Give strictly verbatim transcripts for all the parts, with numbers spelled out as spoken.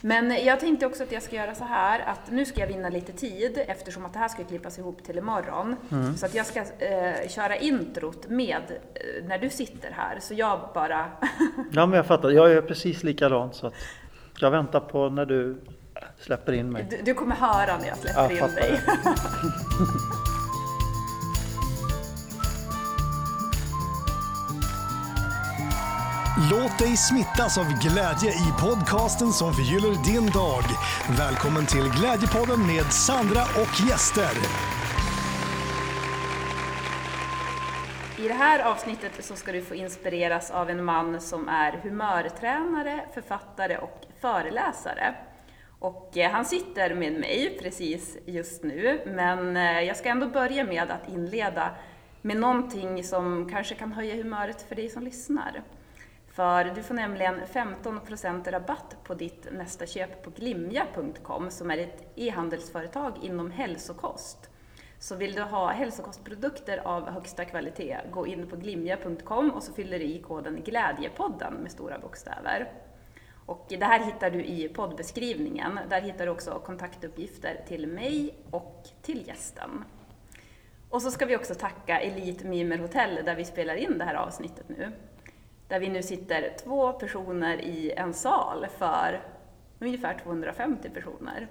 Men jag tänkte också att jag ska göra så här, att nu ska jag vinna lite tid eftersom att det här ska klippas ihop till imorgon. Mm. Så att jag ska eh, köra introt med eh, när du sitter här, så jag bara... Ja, men jag fattar. Jag är precis likadant, så att jag väntar på när du släpper in mig. Du, du kommer höra när jag släpper jag in dig. Låt dig smittas av glädje i podcasten som förgyller din dag. Välkommen till Glädjepodden med Sandra och gäster. I det här avsnittet så ska du få inspireras av en man som är humörtränare, författare och föreläsare. Och han sitter med mig precis just nu, men jag ska ändå börja med att inleda med någonting som kanske kan höja humöret för dig som lyssnar. För du får nämligen femton procent rabatt på ditt nästa köp på glimja punkt com som är ett e-handelsföretag inom hälsokost. Så vill du ha hälsokostprodukter av högsta kvalitet, gå in på glimja punkt com och så fyller du i koden Glädjepodden med stora bokstäver. Och det här hittar du i poddbeskrivningen. Där hittar du också kontaktuppgifter till mig och till gästen. Och så ska vi också tacka Elite Mimer Hotel där vi spelar in det här avsnittet nu. Där vi nu sitter två personer i en sal för ungefär tvåhundrafemtio personer.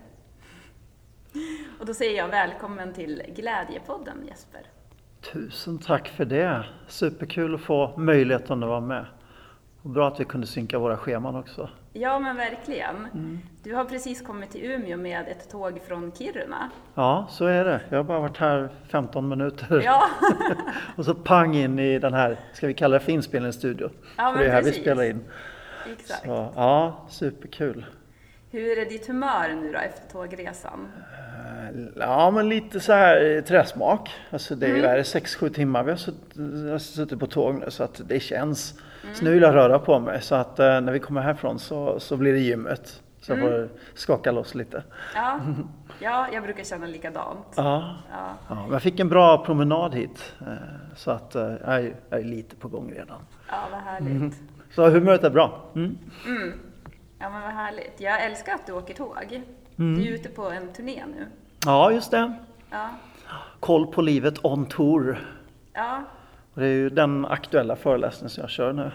Och då säger jag välkommen till Glädjepodden, Jesper. Tusen tack för det. Superkul att få möjligheten att vara med. Och bra att vi kunde synka våra scheman också. Ja, men verkligen. Mm. Du har precis kommit till Umeå med ett tåg från Kiruna. Ja, så är det. Jag har bara varit här femton minuter. Ja. Och så pang in i den här, ska vi kalla det för inspelningsstudio. Ja, men för det är här precis. Vi spelar in. Exakt. Så, ja, superkul. Hur är ditt humör nu då efter tågresan? Ja, men lite så här träsmak. Alltså det är ju mm. sex sju timmar vi har suttit, har suttit på tåg nu, så att det känns. Mm. Så nu vill jag röra på mig, så att eh, när vi kommer härifrån så, så blir det gymmet. Så mm. jag får skaka loss lite. Ja, ja, jag brukar känna likadant. Ja, ja. Ja, men jag fick en bra promenad hit, eh, så att eh, jag, är, jag är lite på gång redan. Ja, vad härligt. Mm. Så humöret är bra. Mm. Mm. Ja, men vad härligt. Jag älskar att du åker tåg. Mm. Du är ute på en turné nu. Ja, just det. Ja. Koll på livet on tour. Ja. Och det är ju den aktuella föreläsningen som jag kör nu.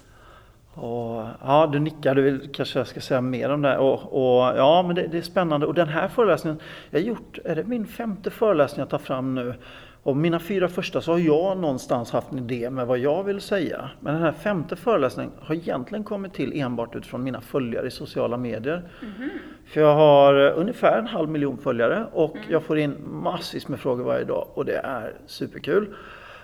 Och ja, du nickar, du vill kanske jag ska säga mer om det. Och, och ja, men det, det är spännande. Och den här föreläsningen, jag har gjort, är det min femte föreläsning jag tar fram nu. Och mina fyra första så har jag någonstans haft en idé med vad jag vill säga. Men den här femte föreläsningen har egentligen kommit till enbart utifrån mina följare i sociala medier. Mm-hmm. För jag har ungefär en halv miljon följare och mm. jag får in massvis med frågor varje dag och det är superkul.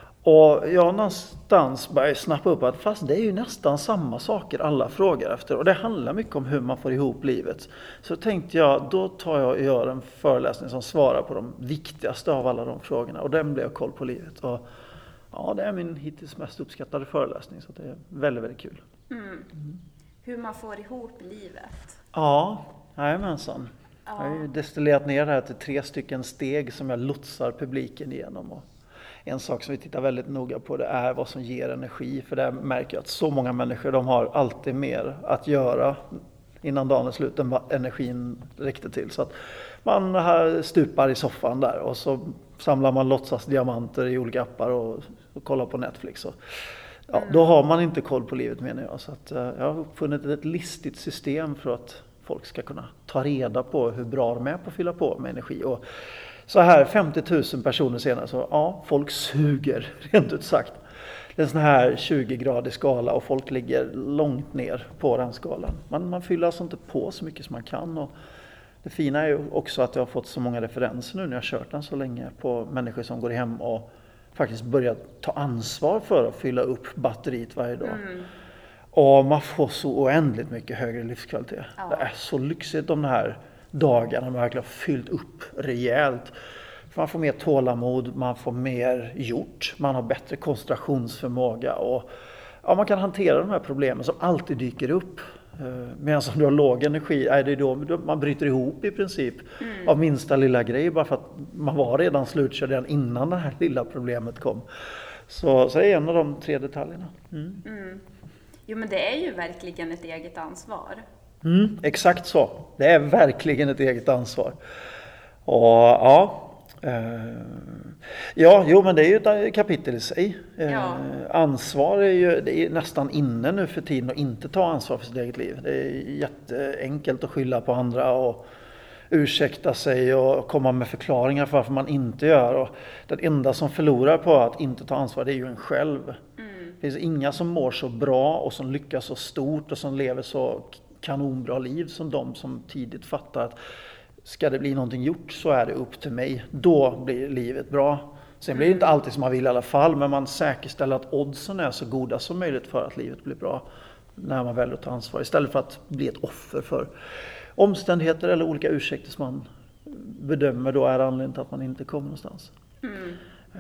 Och jag någonstans börjar snappa upp att fast det är ju nästan samma saker alla frågar efter. Och det handlar mycket om hur man får ihop livet. Så tänkte jag, då tar jag och gör en föreläsning som svarar på de viktigaste av alla de frågorna. Och den blev Koll på livet. Och ja, det är min hittills mest uppskattade föreläsning. Så det är väldigt, väldigt kul. Mm. Mm. Hur man får ihop livet. Ja, jajamensan. Ja. Jag har ju destillerat ner det här till tre stycken steg som jag lotsar publiken igenom. Och en sak som vi tittar väldigt noga på, det är vad som ger energi. För där märker jag att så många människor, de har alltid mer att göra innan dagen är slut än vad energin räckte till. Så att man här stupar i soffan där och så samlar man låtsas diamanter i olika appar och, och kollar på Netflix. Och, ja, då har man inte koll på livet, menar jag. Så att, jag har uppfunnit ett listigt system för att folk ska kunna ta reda på hur bra de är på att fylla på med energi. Och så här femtio tusen personer senare, så ja, folk suger, rent ut sagt. Det är en sån här tjugo-gradig skala och folk ligger långt ner på den skalan. Man, man fyller alltså inte på så mycket som man kan. Och det fina är ju också att jag har fått så många referenser nu när jag har kört den så länge på människor som går hem och faktiskt börjar ta ansvar för att fylla upp batteriet varje dag. Mm. Och man får så oändligt mycket högre livskvalitet. Ja. Det är så lyxigt om det här dagarna man verkligen har fyllt upp rejält. Man får mer tålamod, man får mer gjort, man har bättre koncentrationsförmåga och ja, man kan hantera de här problemen som alltid dyker upp. Medan om du har låg energi, är det då man bryter ihop i princip mm. av minsta lilla grej, bara för att man var redan slutkörd redan innan det här lilla problemet kom. Så, så är det en av de tre detaljerna. Mm. Mm. Jo, men det är ju verkligen ett eget ansvar. Mm, exakt så. Det är verkligen ett eget ansvar. Och ja, eh, ja, jo men det är ju ett kapitel i sig. Eh, Ja. Ansvar är ju det är nästan inne nu för tiden att inte ta ansvar för sitt eget liv. Det är jätteenkelt att skylla på andra och ursäkta sig och komma med förklaringar för varför man inte gör. Och den enda som förlorar på att inte ta ansvar, det är ju en själv. Mm. Det finns inga som mår så bra och som lyckas så stort och som lever så kanonbra liv som de som tidigt fattar att ska det bli någonting gjort så är det upp till mig. Då blir livet bra. Sen blir det inte alltid som man vill i alla fall, men man säkerställer att oddsen är så goda som möjligt för att livet blir bra när man väljer att ta ansvar. Istället för att bli ett offer för omständigheter eller olika ursäkter som man bedömer då är anledningen till att man inte kommer någonstans. Mm.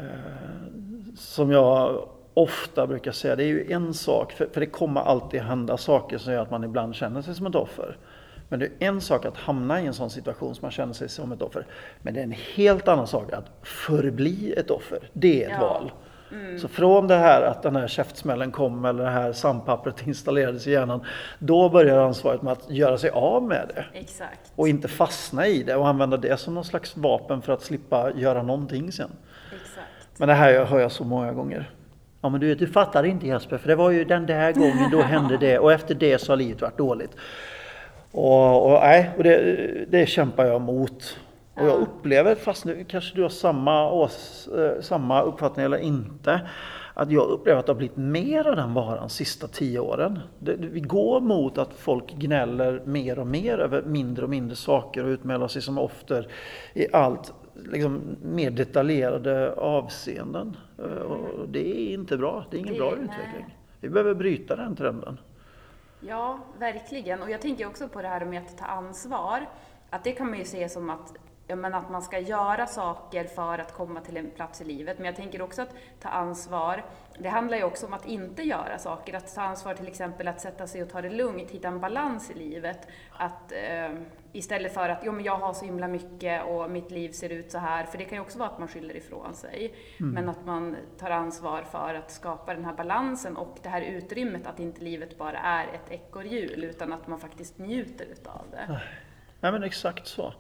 Som jag ofta brukar säga, det är ju en sak, för, för det kommer alltid hända saker som gör att man ibland känner sig som ett offer. Men det är en sak att hamna i en sån situation som man känner sig som ett offer. Men det är en helt annan sak att förbli ett offer. Det är ett ja. val. Mm. Så från det här att den här käftsmällen kom eller det här sandpappret installerades i hjärnan, då börjar ansvaret med att göra sig av med det. Exakt. Och inte fastna i det och använda det som någon slags vapen för att slippa göra någonting sen. Exakt. Men det här hör jag så många gånger. Ja men du, du fattar inte Jesper, för det var ju den där gången då hände det och efter det så har livet varit dåligt. Och, och, nej, och det, det kämpar jag mot. Och jag upplever, fast nu kanske du har samma, ås, eh, samma uppfattning eller inte, att jag upplever att det har blivit mer av den varan sista tio åren. Det, vi går mot att folk gnäller mer och mer över mindre och mindre saker och utmäler sig som offer i allt liksom, mer detaljerade avseenden. Och det är inte bra, det är ingen det, bra utveckling. Nej. Vi behöver bryta den trenden. Ja, verkligen. Och jag tänker också på det här med att ta ansvar. Att det kan man ju se som att, ja, men att man ska göra saker för att komma till en plats i livet. Men jag tänker också att ta ansvar, det handlar ju också om att inte göra saker. Att ta ansvar till exempel att sätta sig och ta det lugnt, hitta en balans i livet. Att eh, istället för att, jo men jag har så himla mycket och mitt liv ser ut så här. För det kan ju också vara att man skyller ifrån sig. Mm. Men att man tar ansvar för att skapa den här balansen och det här utrymmet att inte livet bara är ett ekorrhjul utan att man faktiskt njuter utav det. Nej men exakt så.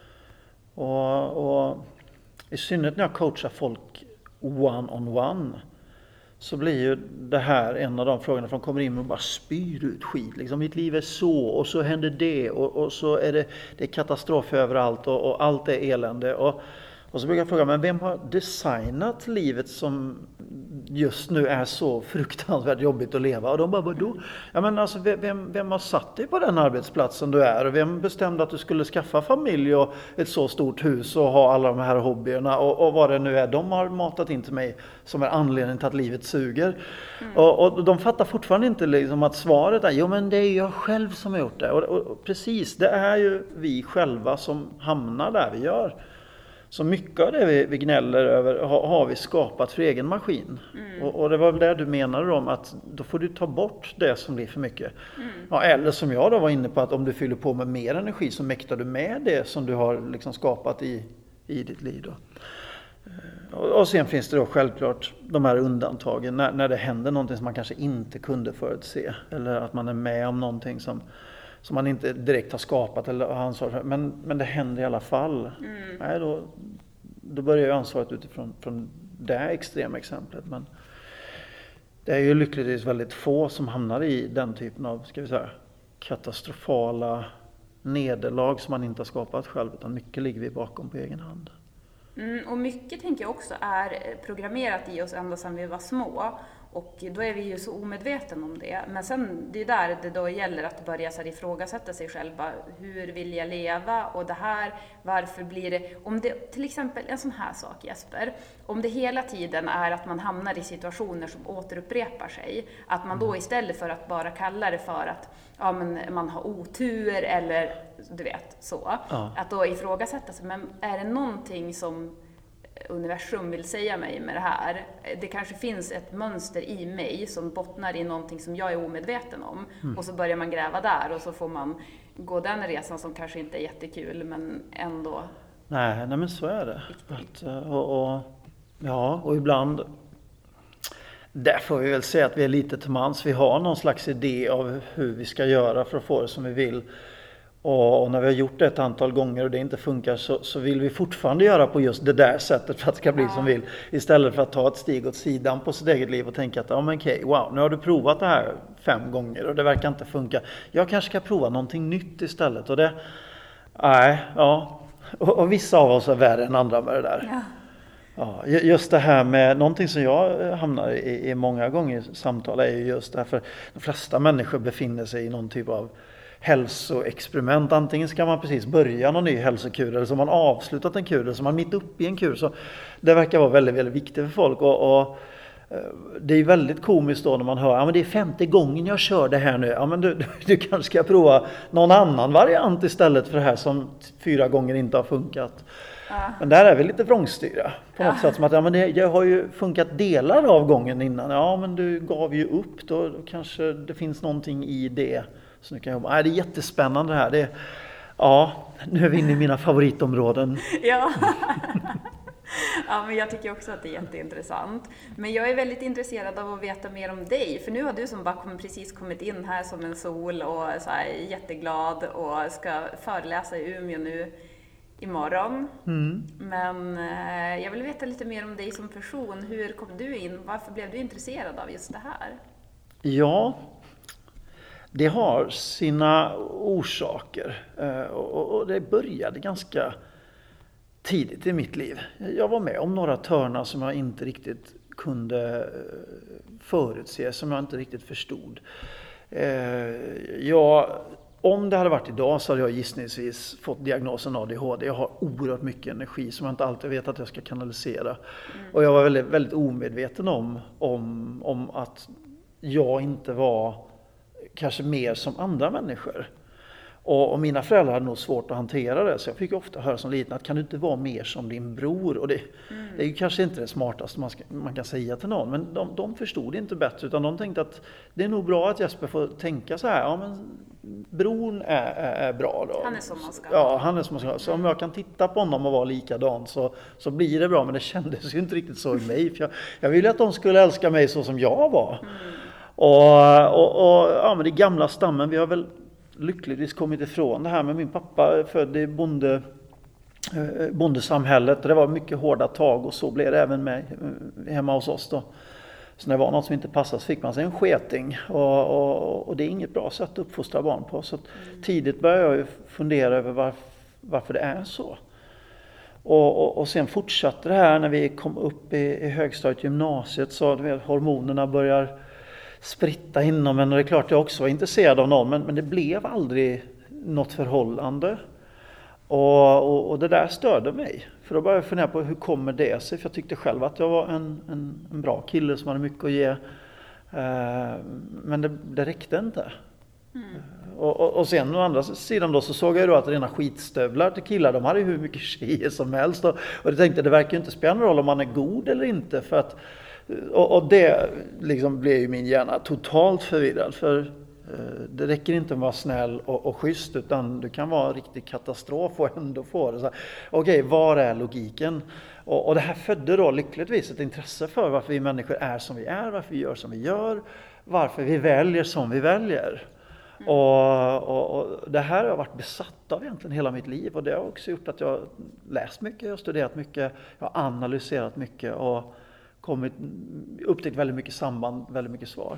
Och, och i synnerhet när jag coachar folk one-on-one så blir ju det här en av de frågorna för de kommer in och bara spyr ut skit. Liksom, mitt liv är så och så händer det och, och så är det, det är katastrof överallt och, och allt är elände. Och, och så brukar jag fråga, men vem har designat livet som just nu är så fruktansvärt jobbigt att leva? Och de bara, vadå? Ja, men alltså, vem, vem har satt dig på den arbetsplatsen du är? Och vem bestämde att du skulle skaffa familj och ett så stort hus och ha alla de här hobbyerna? Och, och vad det nu är de har matat in till mig som är anledningen till att livet suger. Mm. Och, och de fattar fortfarande inte liksom att svaret är, jo men det är jag själv som har gjort det. Och, och, och precis, det är ju vi själva som hamnar där vi gör. Så mycket av det vi, vi gnäller över har, har vi skapat för egen maskin. Mm. Och, och det var väl det du menade om att då får du ta bort det som blir för mycket. Mm. Ja, eller som jag då var inne på att om du fyller på med mer energi så mäktar du med det som du har liksom skapat i, i ditt liv. Då. Och, och sen finns det då självklart de här undantagen när, när det händer någonting som man kanske inte kunde förutse. Eller att man är med om någonting som... som man inte direkt har skapat eller har ansvar för. Men, men det händer i alla fall. Mm. Nej, då, då börjar ju ansvaret utifrån från det här extrema exemplet. Men det är ju lyckligtvis väldigt få som hamnar i den typen av, ska vi säga, katastrofala nederlag som man inte har skapat själv. Utan mycket ligger vi bakom på egen hand. Mm, och mycket tänker jag också är programmerat i oss ända sedan vi var små. Och då är vi ju så omedvetna om det. Men sen, det är där det då gäller att börja så här ifrågasätta sig själva. Hur vill jag leva? Och det här, varför blir det... Om det till exempel, en sån här sak Jesper. Om det hela tiden är att man hamnar i situationer som återupprepar sig. Att man då istället för att bara kalla det för att ja, men man har otur eller du vet så. Ja. Att då ifrågasätta sig. Men är det någonting som... universum vill säga mig med det här. Det kanske finns ett mönster i mig som bottnar i någonting som jag är omedveten om. Mm. Och så börjar man gräva där och så får man gå den resan som kanske inte är jättekul men ändå. Nej, nej men så är det. Att, och, och, ja, och ibland Där får vi väl säga att vi är lite till mans. Vi har någon slags idé av hur vi ska göra för att få det som vi vill. Och, och när vi har gjort det ett antal gånger och det inte funkar så, så vill vi fortfarande göra på just det där sättet för att det ska bli ja. som vi vill. Istället för att ta ett steg åt sidan på sitt eget liv och tänka att ja, men okej, wow, nu har du provat det här fem gånger och det verkar inte funka. Jag kanske ska prova någonting nytt istället. Och det, nej, ja. Och, och vissa av oss är värre än andra med det där. Ja. Ja, just det här med någonting som jag hamnar i, i många gånger i samtal är ju just det här, för de flesta människor befinner sig i någon typ av hälsoexperiment. Antingen ska man precis börja någon ny hälsokur eller så har man avslutat en kur eller så är man mitt uppe i en kur. Så det verkar vara väldigt, väldigt viktigt för folk. Och, och det är väldigt komiskt då när man hör ja, men det är femte gången jag kör det här nu. Ja, men du, du, du kanske ska prova någon annan variant istället för det här som fyra gånger inte har funkat. Ja. Men där är vi lite vrångstyra på något ja. sätt som att ja, men det, det har ju funkat delar av gången innan. Ja, men du gav ju upp då, då kanske det finns någonting i det som du kan jobba. Nej, det är jättespännande det här. Det, ja, nu är vi inne i mina favoritområden. Ja. Ja, men jag tycker också att det är jätteintressant. Men jag är väldigt intresserad av att veta mer om dig. För nu har du som bara kom, precis kommit in här som en sol och så här, jätteglad och ska föreläsa i Umeå nu imorgon. Mm. Men eh, jag vill veta lite mer om dig som person. Hur kom du in? Varför blev du intresserad av just det här? Ja, det har sina orsaker. Eh, och, och det började ganska tidigt i mitt liv. Jag var med om några törnar som jag inte riktigt kunde förutse, som jag inte riktigt förstod. Eh, jag... Om det hade varit idag så hade jag gissningsvis fått diagnosen A D H D. Jag har oerhört mycket energi som jag inte alltid vet att jag ska kanalisera. Mm. Och jag var väldigt, väldigt omedveten om, om, om att jag inte var kanske mer som andra människor. Och, och mina föräldrar hade nog svårt att hantera det. Så jag fick ofta höra som liten att kan du inte vara mer som din bror? Och det, mm. det är ju kanske inte det smartaste man, ska, man kan säga till någon. Men de, de förstod det inte bättre. Utan de tänkte att det är nog bra att Jesper får tänka så här. Ja, men bron är, är, är bra då. Han är som man ska. Ja, han är som man ska. Så om jag kan titta på honom och vara likadan så, så blir det bra. Men det kändes ju inte riktigt så i mig. För jag, jag ville att de skulle älska mig så som jag var. Mm. Och, och, och ja, men det gamla stammen, vi har väl lyckligtvis kommit ifrån det här. Med min pappa född i bonde, bondesamhället. Det var mycket hårda tag och så blev det även med hemma hos oss då. Så när det var något som inte passade så fick man sig en sketing. Och, och, och det är inget bra sätt att uppfostra barn på. Så mm. tidigt började jag ju fundera över varför, varför det är så. Och, och, och sen fortsatte det här när vi kom upp i, i högstadiet gymnasiet. Så du vet, hormonerna börjar spritta inom en. Och det är klart jag också var intresserad av någon. Men, men det blev aldrig något förhållande. Och, och, och det där störde mig. För då började jag fundera på hur kommer det sig. För jag tyckte själv att jag var en, en, en bra kille som hade mycket att ge. Eh, men det, det räckte inte. Mm. Och, och, och sen å andra sidan då så såg jag då att rena skitstövlar till killar, de hade ju hur mycket tjejer som helst. Och, och jag tänkte det verkar ju inte spela någon roll om man är god eller inte. För att, och, och det liksom blev ju min hjärna totalt förvirrad. För det räcker inte att vara snäll och, och schysst, utan du kan vara en riktig katastrof och ändå få det. Okej, okay, var är logiken? Och, och det här födde då lyckligtvis ett intresse för varför vi människor är som vi är, varför vi gör som vi gör, varför vi väljer som vi väljer. Mm. Och, och, och det här har jag varit besatt av egentligen hela mitt liv, och det har också gjort att jag har läst mycket, jag har studerat mycket, jag har analyserat mycket och kommit, upptäckt väldigt mycket samband, väldigt mycket svar.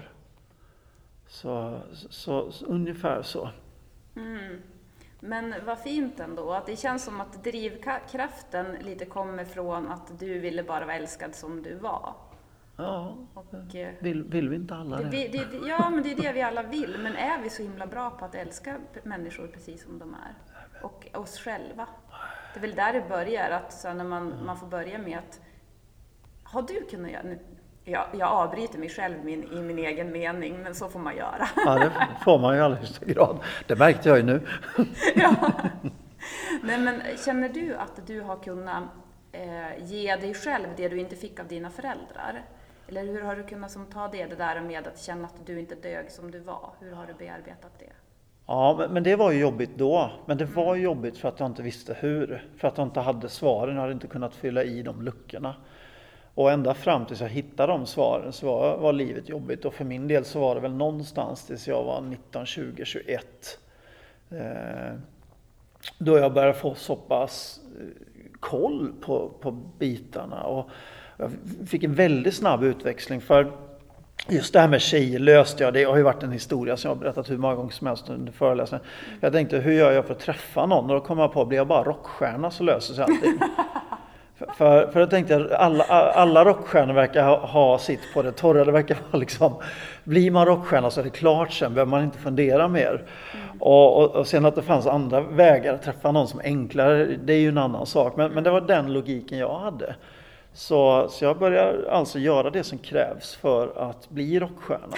Så, så, så ungefär så. Mm. Men vad fint ändå, att det känns som att drivkraften lite kommer från att du ville bara vara älskad som du var. Ja, och, vill, vill vi inte alla det? det, det, det ja, men det är det vi alla vill. Men är vi så himla bra på att älska människor precis som de är? Och oss själva. Det är väl där det börjar, att så när man, mm. man får börja med att har du kunnat göra... Jag, jag avbryter mig själv min, i min egen mening, men så får man göra. Ja, det får man ju i allra högsta grad. Det märkte jag ju nu. Ja. Nej, men känner du att du har kunnat eh, ge dig själv det du inte fick av dina föräldrar? Eller hur har du kunnat som, ta det, det där med att känna att du inte dög som du var? Hur har du bearbetat det? Ja, men, men det var ju jobbigt då. Men det var ju jobbigt för att jag inte visste hur. För att jag inte hade svaren, jag hade inte kunnat fylla i de luckorna. Och ända fram tills jag hittade de svaren så var, var livet jobbigt. Och för min del så var det väl någonstans tills jag var nitton, tjugo, tjugoett. Eh, då jag började få så pass koll på, på bitarna. Och jag fick en väldigt snabb utväxling. För just det här med tjejer löste jag. Det har ju varit en historia som jag har berättat hur många gånger som helst under föreläsningen. Jag tänkte, hur gör jag för att träffa någon? Och då kom jag på, blir jag bara rockstjärna så löser sig allting. För, för jag tänkte alla, alla rockstjärnor verkar ha, ha sitt på det torra. Det verkar vara liksom, blir man rockstjärna så är det klart sen, behöver man inte fundera mer. Mm. Och, och, och sen att det fanns andra vägar att träffa någon som enklare, det är ju en annan sak. Men, men det var den logiken jag hade. Så, så jag började alltså göra det som krävs för att bli rockstjärna.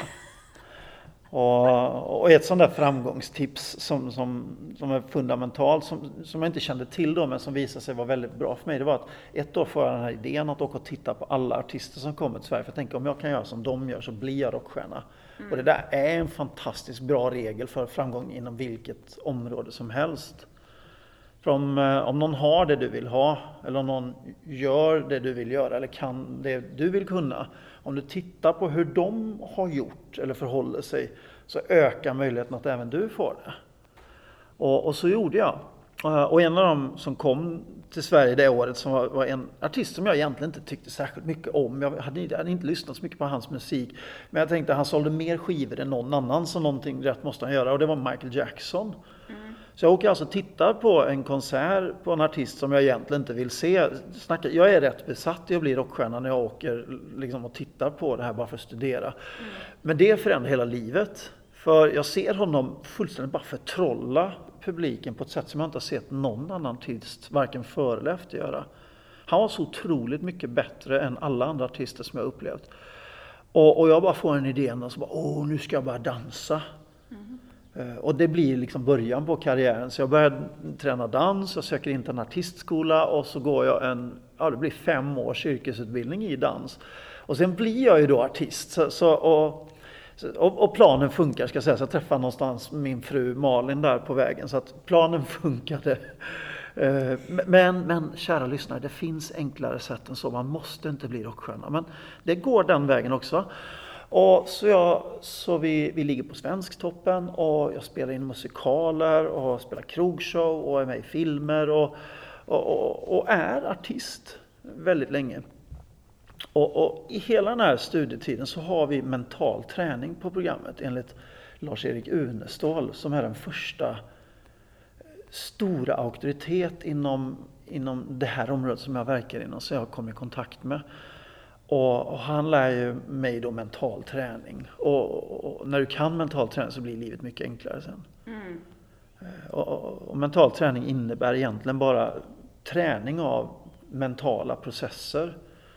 Och, och ett sånt där framgångstips som, som, som är fundamentalt, som, som jag inte kände till då men som visade sig vara väldigt bra för mig, det var att ett år får jag den här idén att åka och titta på alla artister som kommer till Sverige. För jag tänker, om jag kan göra som de gör så blir jag rockstjärna. Mm. Och det där är en fantastiskt bra regel för framgång inom vilket område som helst. För om, om någon har det du vill ha, eller om någon gör det du vill göra eller kan det du vill kunna, om du tittar på hur de har gjort eller förhåller sig, så ökar möjligheten att även du får det. Och, och så gjorde jag. Och en av dem som kom till Sverige det året, som var, var en artist som jag egentligen inte tyckte särskilt mycket om. Jag hade, jag hade inte lyssnat så mycket på hans musik, men jag tänkte att han sålde mer skivor än någon annan, så någonting rätt måste han göra, och det var Michael Jackson. Mm. Så jag åker alltså och tittar på en konsert på en artist som jag egentligen inte vill se. Snacka, jag är rätt besatt i att bli rockstjärna när jag åker liksom och tittar på det här bara för att studera. Mm. Men det förändrar hela livet. För jag ser honom fullständigt bara förtrolla publiken på ett sätt som jag inte har sett någon annan artist varken före eller efter göra. Han var så otroligt mycket bättre än alla andra artister som jag upplevt. Och, och jag bara får en idé och så bara, åh, nu ska jag bara dansa. Mm. Och det blir liksom början på karriären. Så jag började träna dans, jag söker in till en artistskola och så går jag en, ja det blir fem års yrkesutbildning i dans. Och sen blir jag ju då artist. Så, så, och, och, och planen funkar, ska jag säga. Så jag träffade någonstans min fru Malin där på vägen. Så att planen funkade. Men, men kära lyssnare, det finns enklare sätt än så. Man måste inte bli rockstjärna. Men det går den vägen också. Och så jag, så vi, vi ligger på Svensktoppen och jag spelar in musikaler och spelar krogshow och är med i filmer och, och, och, och är artist väldigt länge. Och, och i hela den här studietiden så har vi mental träning på programmet enligt Lars-Erik Unestål, som är den första stora auktoritet inom, inom det här området som jag verkar inom, så jag kom i kontakt med. Och, och han lär ju mig då mental träning. Och, och när du kan mental träning så blir livet mycket enklare sen. Mm. Och, och, och mental träning innebär egentligen bara träning av mentala processer.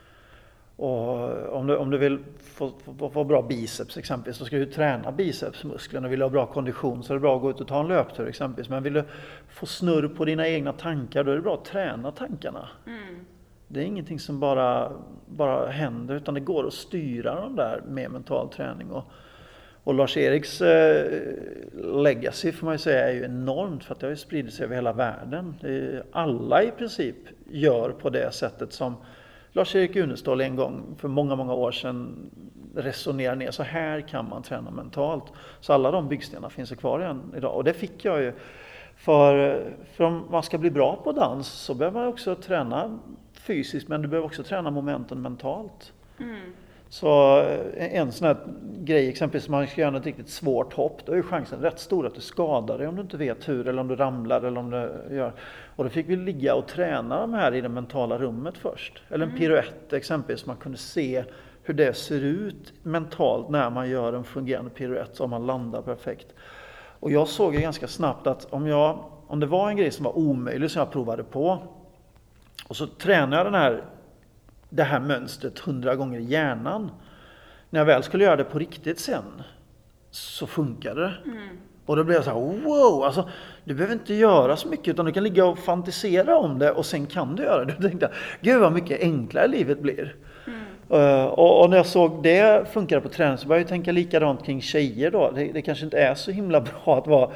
Och om du, om du vill få, få, få bra biceps exempelvis, så ska du träna bicepsmusklerna. Vill du ha bra kondition så är det bra att gå ut och ta en löptur exempelvis. Men vill du få snurr på dina egna tankar, då är det bra att träna tankarna. Mm. Det är ingenting som bara, bara händer, utan det går att styra dem där med mental träning. Och, och Lars-Eriks eh, legacy får man ju säga är ju enormt, för att det har ju spridit sig över hela världen. Alla i princip gör på det sättet som Lars-Erik Unestål en gång för många, många år sedan resonerar ner. Så här kan man träna mentalt. Så alla de byggstenar finns kvar än idag. Och det fick jag ju. För, för om man ska bli bra på dans så behöver man också träna fysiskt, men du behöver också träna momenten mentalt. Mm. Så en sån här grej, exempelvis om man ska göra ett riktigt svårt hopp, då är ju chansen rätt stor att du skadar dig om du inte vet hur, eller om du ramlar eller om du gör. Och då fick vi ligga och träna de här i det mentala rummet först. Eller en mm. piruett exempelvis, man kunde se hur det ser ut mentalt när man gör en fungerande piruett, så man landar perfekt. Och jag såg ju ganska snabbt att om, jag, om det var en grej som var omöjlig som jag provade på, och så tränade jag den här, det här mönstret hundra gånger i hjärnan. När jag väl skulle göra det på riktigt sen, så funkade det. Mm. Och då blev jag så här, wow, alltså, du behöver inte göra så mycket, utan du kan ligga och fantisera om det och sen kan du göra det. Då tänkte jag, gud vad mycket enklare livet blir. Mm. Uh, och, och när jag såg det funkade på träning, så började jag tänka likadant kring tjejer då. Det, det kanske inte är så himla bra att vara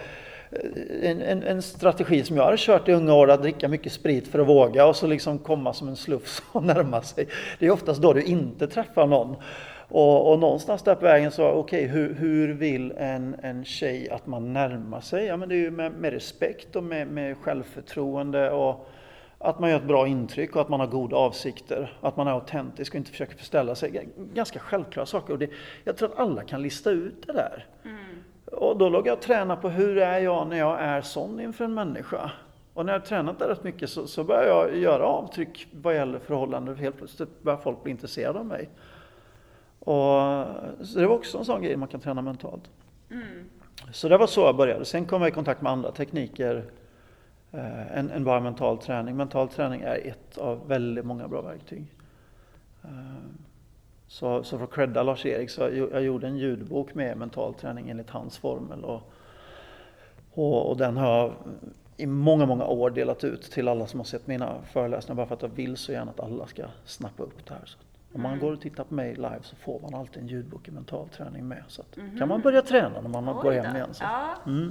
en, en, en strategi som jag hade kört i unga år, att dricka mycket sprit för att våga och så liksom komma som en slufs och närma sig. Det är oftast då du inte träffar någon. Och, och någonstans där på vägen så, okej, okay, hur, hur vill en, en tjej att man närmar sig? Ja, men det är ju med, med respekt och med, med självförtroende och att man gör ett bra intryck och att man har goda avsikter. Att man är autentisk och inte försöker förställa sig. Ganska självklara saker. Och det, jag tror att alla kan lista ut det där. Mm. Och då låg jag och tränade på hur är jag när jag är sån inför en människa. Och när jag tränat där rätt mycket så, så börjar jag göra avtryck vad gäller förhållanden. Helt plötsligt börjar folk bli intresserade av mig. Och, så det var också en sån grej man kan träna mentalt. Mm. Så det var så jag började. Sen kom jag i kontakt med andra tekniker eh, än, än bara mental träning. Mental träning är ett av väldigt många bra verktyg. Eh, så, så för att credda Lars-Erik så jag, jag gjorde en ljudbok med mental träning enligt hans formel. Och, och, och den har jag i många, många år delat ut till alla som har sett mina föreläsningar. Bara för att jag vill så gärna att alla ska snappa upp det här. Så. Om man går och tittar på mig live så får man alltid en ljudbok i mental träning med. Så att mm-hmm. kan man börja träna när man går hem igen. Så. Ja. Mm.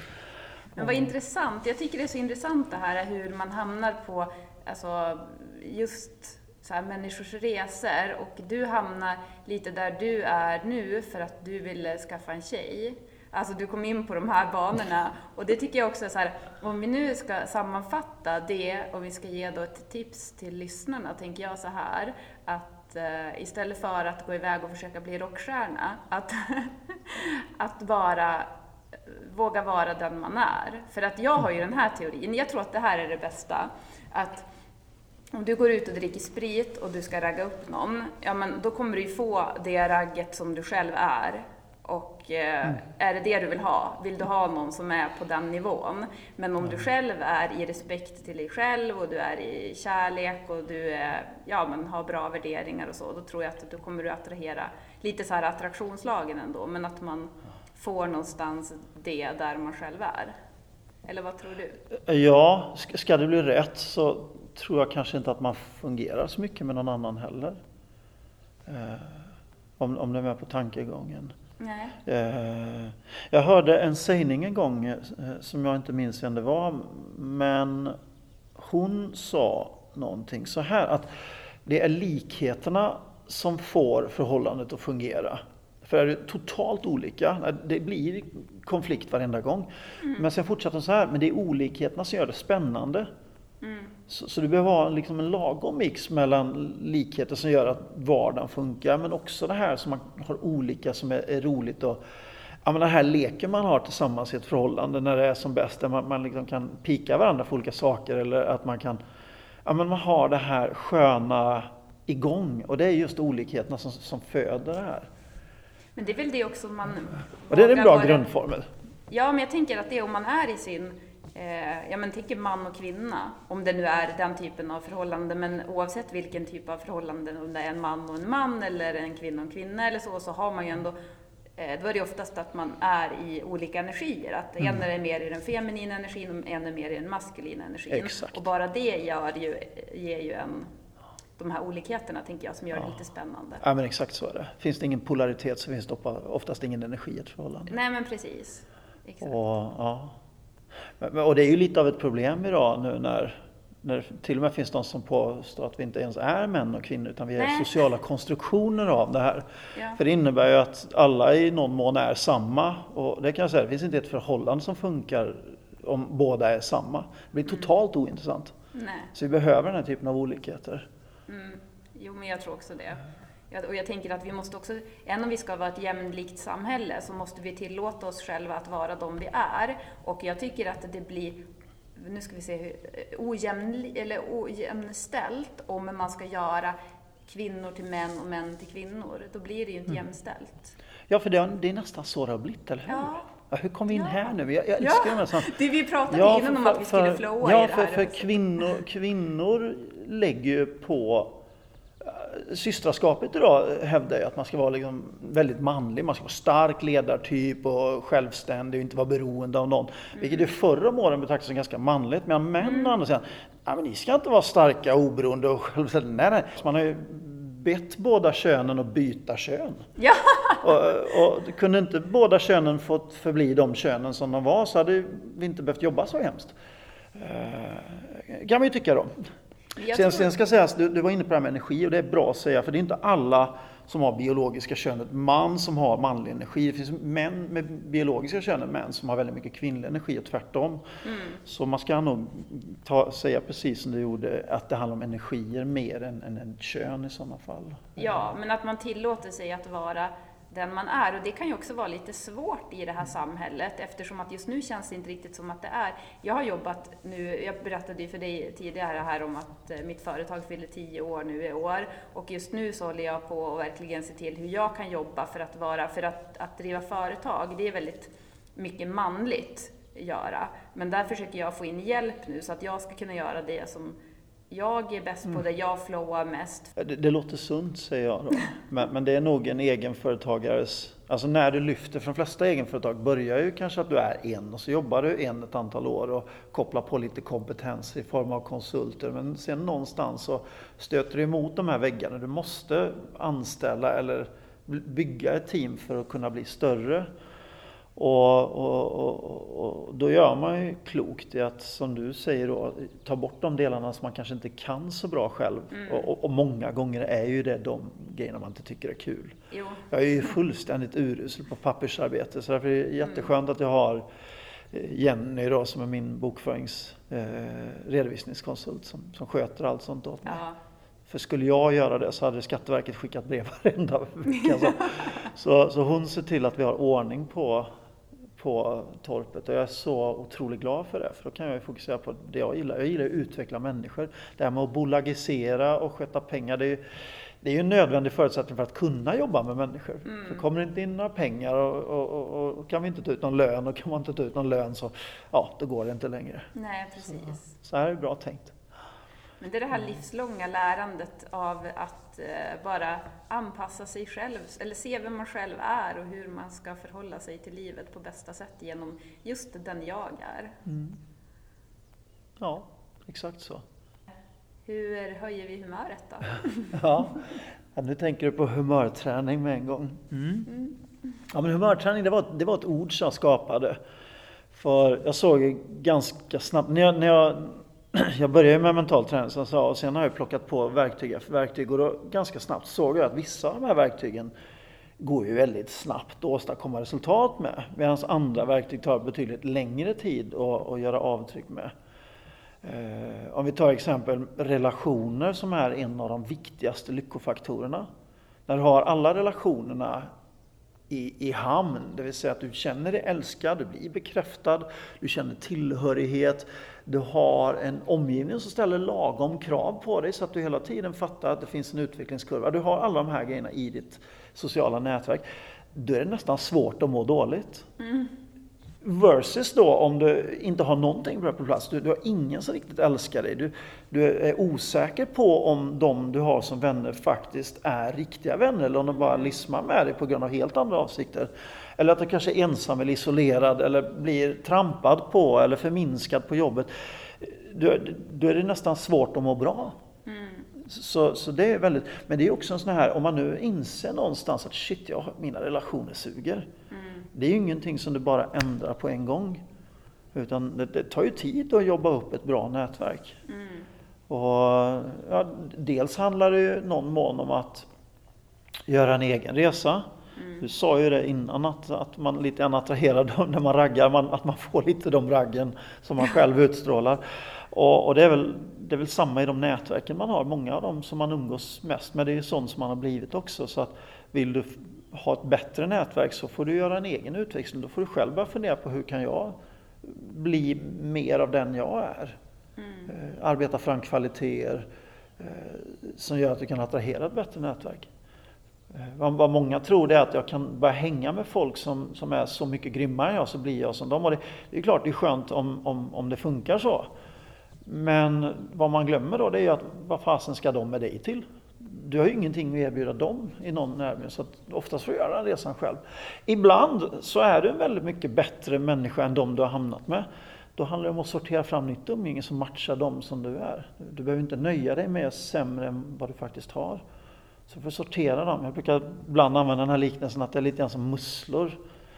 Men vad intressant. Jag tycker det är så intressant det här hur man hamnar på alltså, just så här, människors resor. Och du hamnar lite där du är nu för att du ville skaffa en tjej. Alltså du kom in på de här banorna och det tycker jag också är så här, om vi nu ska sammanfatta det och vi ska ge då ett tips till lyssnarna, tänker jag så här, att uh, istället för att gå iväg och försöka bli rockstjärna, att, att bara våga vara den man är. För att jag har ju den här teorin, jag tror att det här är det bästa, att om du går ut och dricker sprit och du ska ragga upp någon, ja men då kommer du ju få det ragget som du själv är. Och eh, mm. är det det du vill ha? Vill du ha någon som är på den nivån? Men om mm. du själv är i respekt till dig själv och du är i kärlek och du är, ja, men har bra värderingar och så, då tror jag att du kommer att attrahera lite så här attraktionslagen ändå, men att man får någonstans det där man själv är. Eller vad tror du? Ja, ska det bli rätt så tror jag kanske inte att man fungerar så mycket med någon annan heller. Eh, om, om det är med på tankegången. Nej. Eh, jag hörde en sägning en gång eh, som jag inte minns vem det var, men hon sa någonting så här, att det är likheterna som får förhållandet att fungera. För är det totalt olika, det blir konflikt varenda gång. Mm. Men sen fortsätter hon så här, men det är olikheterna som gör det spännande. Mm. Så, så du behöver ha liksom en lagom mix mellan likheter som gör att vardagen funkar, men också det här som man har olika som är, är roligt. Och, ja, men den här leken man har tillsammans i ett förhållande när det är som bäst, där man, man liksom kan pika varandra för olika saker, eller att man kan, ja, men man har det här sköna igång, och det är just olikheterna som, som föder det här. Men det är väl det också man... Och det är en bra vara... grundformel. Ja, men jag tänker att det om man är i sin... Eh, ja, men tänker man och kvinna, om det nu är den typen av förhållande, men oavsett vilken typ av förhållande, om det är en man och en man eller en kvinna och en kvinna eller så, så har man ju ändå, eh, då är det oftast att man är i olika energier, att mm. en är mer i den feminina energin och en är mer i den maskulina energin. Exakt. Och bara det gör ju, ger ju en, de här olikheterna, tänker jag, som gör det ja. lite spännande. Ja, men exakt så är det. Finns det ingen polaritet så finns det oftast ingen energi i ett förhållande. Nej, men precis. Exakt. Och, ja. Och det är ju lite av ett problem idag nu när, när till och med finns de som påstår att vi inte ens är män och kvinnor, utan vi är Nej. sociala konstruktioner av det här. Ja. För det innebär ju att alla i någon mån är samma, och det kan jag säga, det finns inte ett förhållande som funkar om båda är samma. Det blir totalt mm. ointressant. Nej. Så vi behöver den här typen av olikheter. Mm. Jo, men jag tror också det. Och jag tänker att vi måste också, även om vi ska vara ett jämlikt samhälle, så måste vi tillåta oss själva att vara de vi är. Och jag tycker att det blir, nu ska vi se hur, ojämn, eller ojämställt om man ska göra kvinnor till män och män till kvinnor. Då blir det ju inte mm. jämställt. Ja, för det är, det är nästan så det har blivit, eller hur? Ja. Ja, hur kom vi in ja. här nu? Jag, jag älskar ja. sånt. Det vi pratade ja, innan om att vi skulle flowa ja, i det här. Ja, för, för kvinnor, kvinnor lägger ju på... Systraskapet idag hävdar ju att man ska vara liksom väldigt manlig, man ska vara stark ledartyp och självständig och inte vara beroende av någon. Mm. Vilket ju förr om åren betraktas som ganska manligt, men män mm. andra sidan, ja, men ni ska inte vara starka, oberoende och självständiga. Nej, nej. Så man har ju bett båda könen att byta kön. Ja, och, och kunde inte båda könen fått förbli de könen som de var, så hade vi inte behövt jobba så hemskt. Uh, kan man ju tycka då. Sen, tror... sen ska sägas, du, du var inne på det här med energi, och det är bra att säga, för det är inte alla som har biologiska könet man som har manlig energi. Det finns män med biologiska könet, män som har väldigt mycket kvinnlig energi och tvärtom. Mm. Så man ska nog ta, säga precis som du gjorde, att det handlar om energier mer än, än en kön i sådana fall. Ja, men att man tillåter sig att vara den man är, och det kan ju också vara lite svårt i det här samhället, eftersom att just nu känns det inte riktigt som att det är. Jag har jobbat nu, jag berättade ju för dig tidigare här om att mitt företag fyller tio år nu i år, och just nu så håller jag på att verkligen se till hur jag kan jobba för att vara, för att, att driva företag. Det är väldigt mycket manligt att göra, men där försöker jag få in hjälp nu så att jag ska kunna göra det som jag är bäst på, det jag flowar mest. Det, det låter sunt, säger jag då. Men, men det är nog en egenföretagares... Alltså när du lyfter, för de flesta egenföretag börjar ju kanske att du är en, och så jobbar du en ett antal år och kopplar på lite kompetens i form av konsulter. Men sen någonstans så stöter du emot de här väggarna. Du måste anställa eller bygga ett team för att kunna bli större. Och, och, och, och då gör man ju klokt i att, som du säger då, ta bort de delarna som man kanske inte kan så bra själv. Mm. Och, och, och många gånger är ju det de grejerna man inte tycker är kul. Jo. Jag är ju fullständigt urusel på pappersarbete, så därför är det jätteskönt mm. att jag har Jenny då, som är min bokförings eh, redovisningskonsult som, som sköter allt sånt åt mig. Ja. För skulle jag göra det så hade Skatteverket skickat brev varenda vecka. Så, så, så hon ser till att vi har ordning på, på torpet. Och jag är så otroligt glad för det. För då kan jag fokusera på det jag gillar. Jag gillar att utveckla människor. Det här med att bolagisera och sköta pengar. Det är, det är ju en nödvändig förutsättning för att kunna jobba med människor. Mm. För kommer det inte in några pengar och, och, och, och kan vi inte ta ut någon lön. Och kan man inte ta ut någon lön så ja, då går det inte längre. Nej, precis. Så, så här är det bra tänkt. Men det är det här livslånga lärandet av att eh, bara anpassa sig själv, eller se vem man själv är och hur man ska förhålla sig till livet på bästa sätt genom just den jag är. Mm. Ja, exakt så. Hur höjer vi humöret då? ja. ja, nu tänker du på humörträning med en gång. Mm. Mm. Ja, men humörträning, det var, det var ett ord som jag skapade. För jag såg ganska snabbt, när jag, när jag Jag började med mental träning som jag sa, och sen har jag plockat på verktyg efter verktyg, och då ganska snabbt såg jag att vissa av de här verktygen går ju väldigt snabbt att åstadkomma resultat med, medan andra verktyg tar betydligt längre tid att, att göra avtryck med. Eh, om vi tar exempel relationer, som är en av de viktigaste lyckofaktorerna. När du har alla relationerna I, i hamn, det vill säga att du känner dig älskad, du blir bekräftad, du känner tillhörighet, du har en omgivning som ställer lagom krav på dig så att du hela tiden fattar att det finns en utvecklingskurva. Du har alla de här grejerna i ditt sociala nätverk. Då är det nästan svårt att må dåligt. Mm. Versus då om du inte har någonting på plats, du, du har ingen som riktigt älskar dig, du, du är osäker på om de du har som vänner faktiskt är riktiga vänner, eller om de bara lismar med dig på grund av helt andra avsikter, eller att du kanske är ensam eller isolerad eller blir trampad på eller förminskad på jobbet. Då, då är det nästan svårt att må bra. Mm. Så, så det är väldigt, men det är också en sån här, om man nu inser någonstans att shit, jag, mina relationer suger. Mm. Det är ju ingenting som du bara ändrar på en gång. Utan det, det tar ju tid att jobba upp ett bra nätverk. Mm. Och ja, dels handlar det ju någon mån om att göra en egen resa. Mm. Du sa ju det innan att, att man lite grann attraherar när man raggar, man, att man får lite de raggen som man själv utstrålar. Och, och det, är väl, det är väl samma i de nätverken man har. Många av dem som man umgås mest med, det är ju sånt som man har blivit också. Så att vill du ha ett bättre nätverk så får du göra en egen utväxling. Då får du själv börja fundera på hur kan jag bli mer av den jag är. Mm. Eh, arbeta fram kvaliteter eh, som gör att du kan attrahera ett bättre nätverk. Eh, vad, vad många tror det är att jag kan börja hänga med folk som, som är så mycket grymmare än jag, så blir jag som dem. Och det, det är klart det är skönt om, om, om det funkar så. Men vad man glömmer då, det är att vad fasen ska de med dig till? Du har ju ingenting att erbjuda dem i någon närmare, så att oftast får du göra resan själv. Ibland så är du en väldigt mycket bättre människa än de du har hamnat med. Då handlar det om att sortera fram nytt umgänge som matchar dem som du är. Du behöver inte nöja dig med sämre än vad du faktiskt har. Så för att sortera dem. Jag brukar ibland använda den här liknelsen att det är lite grann som musslor.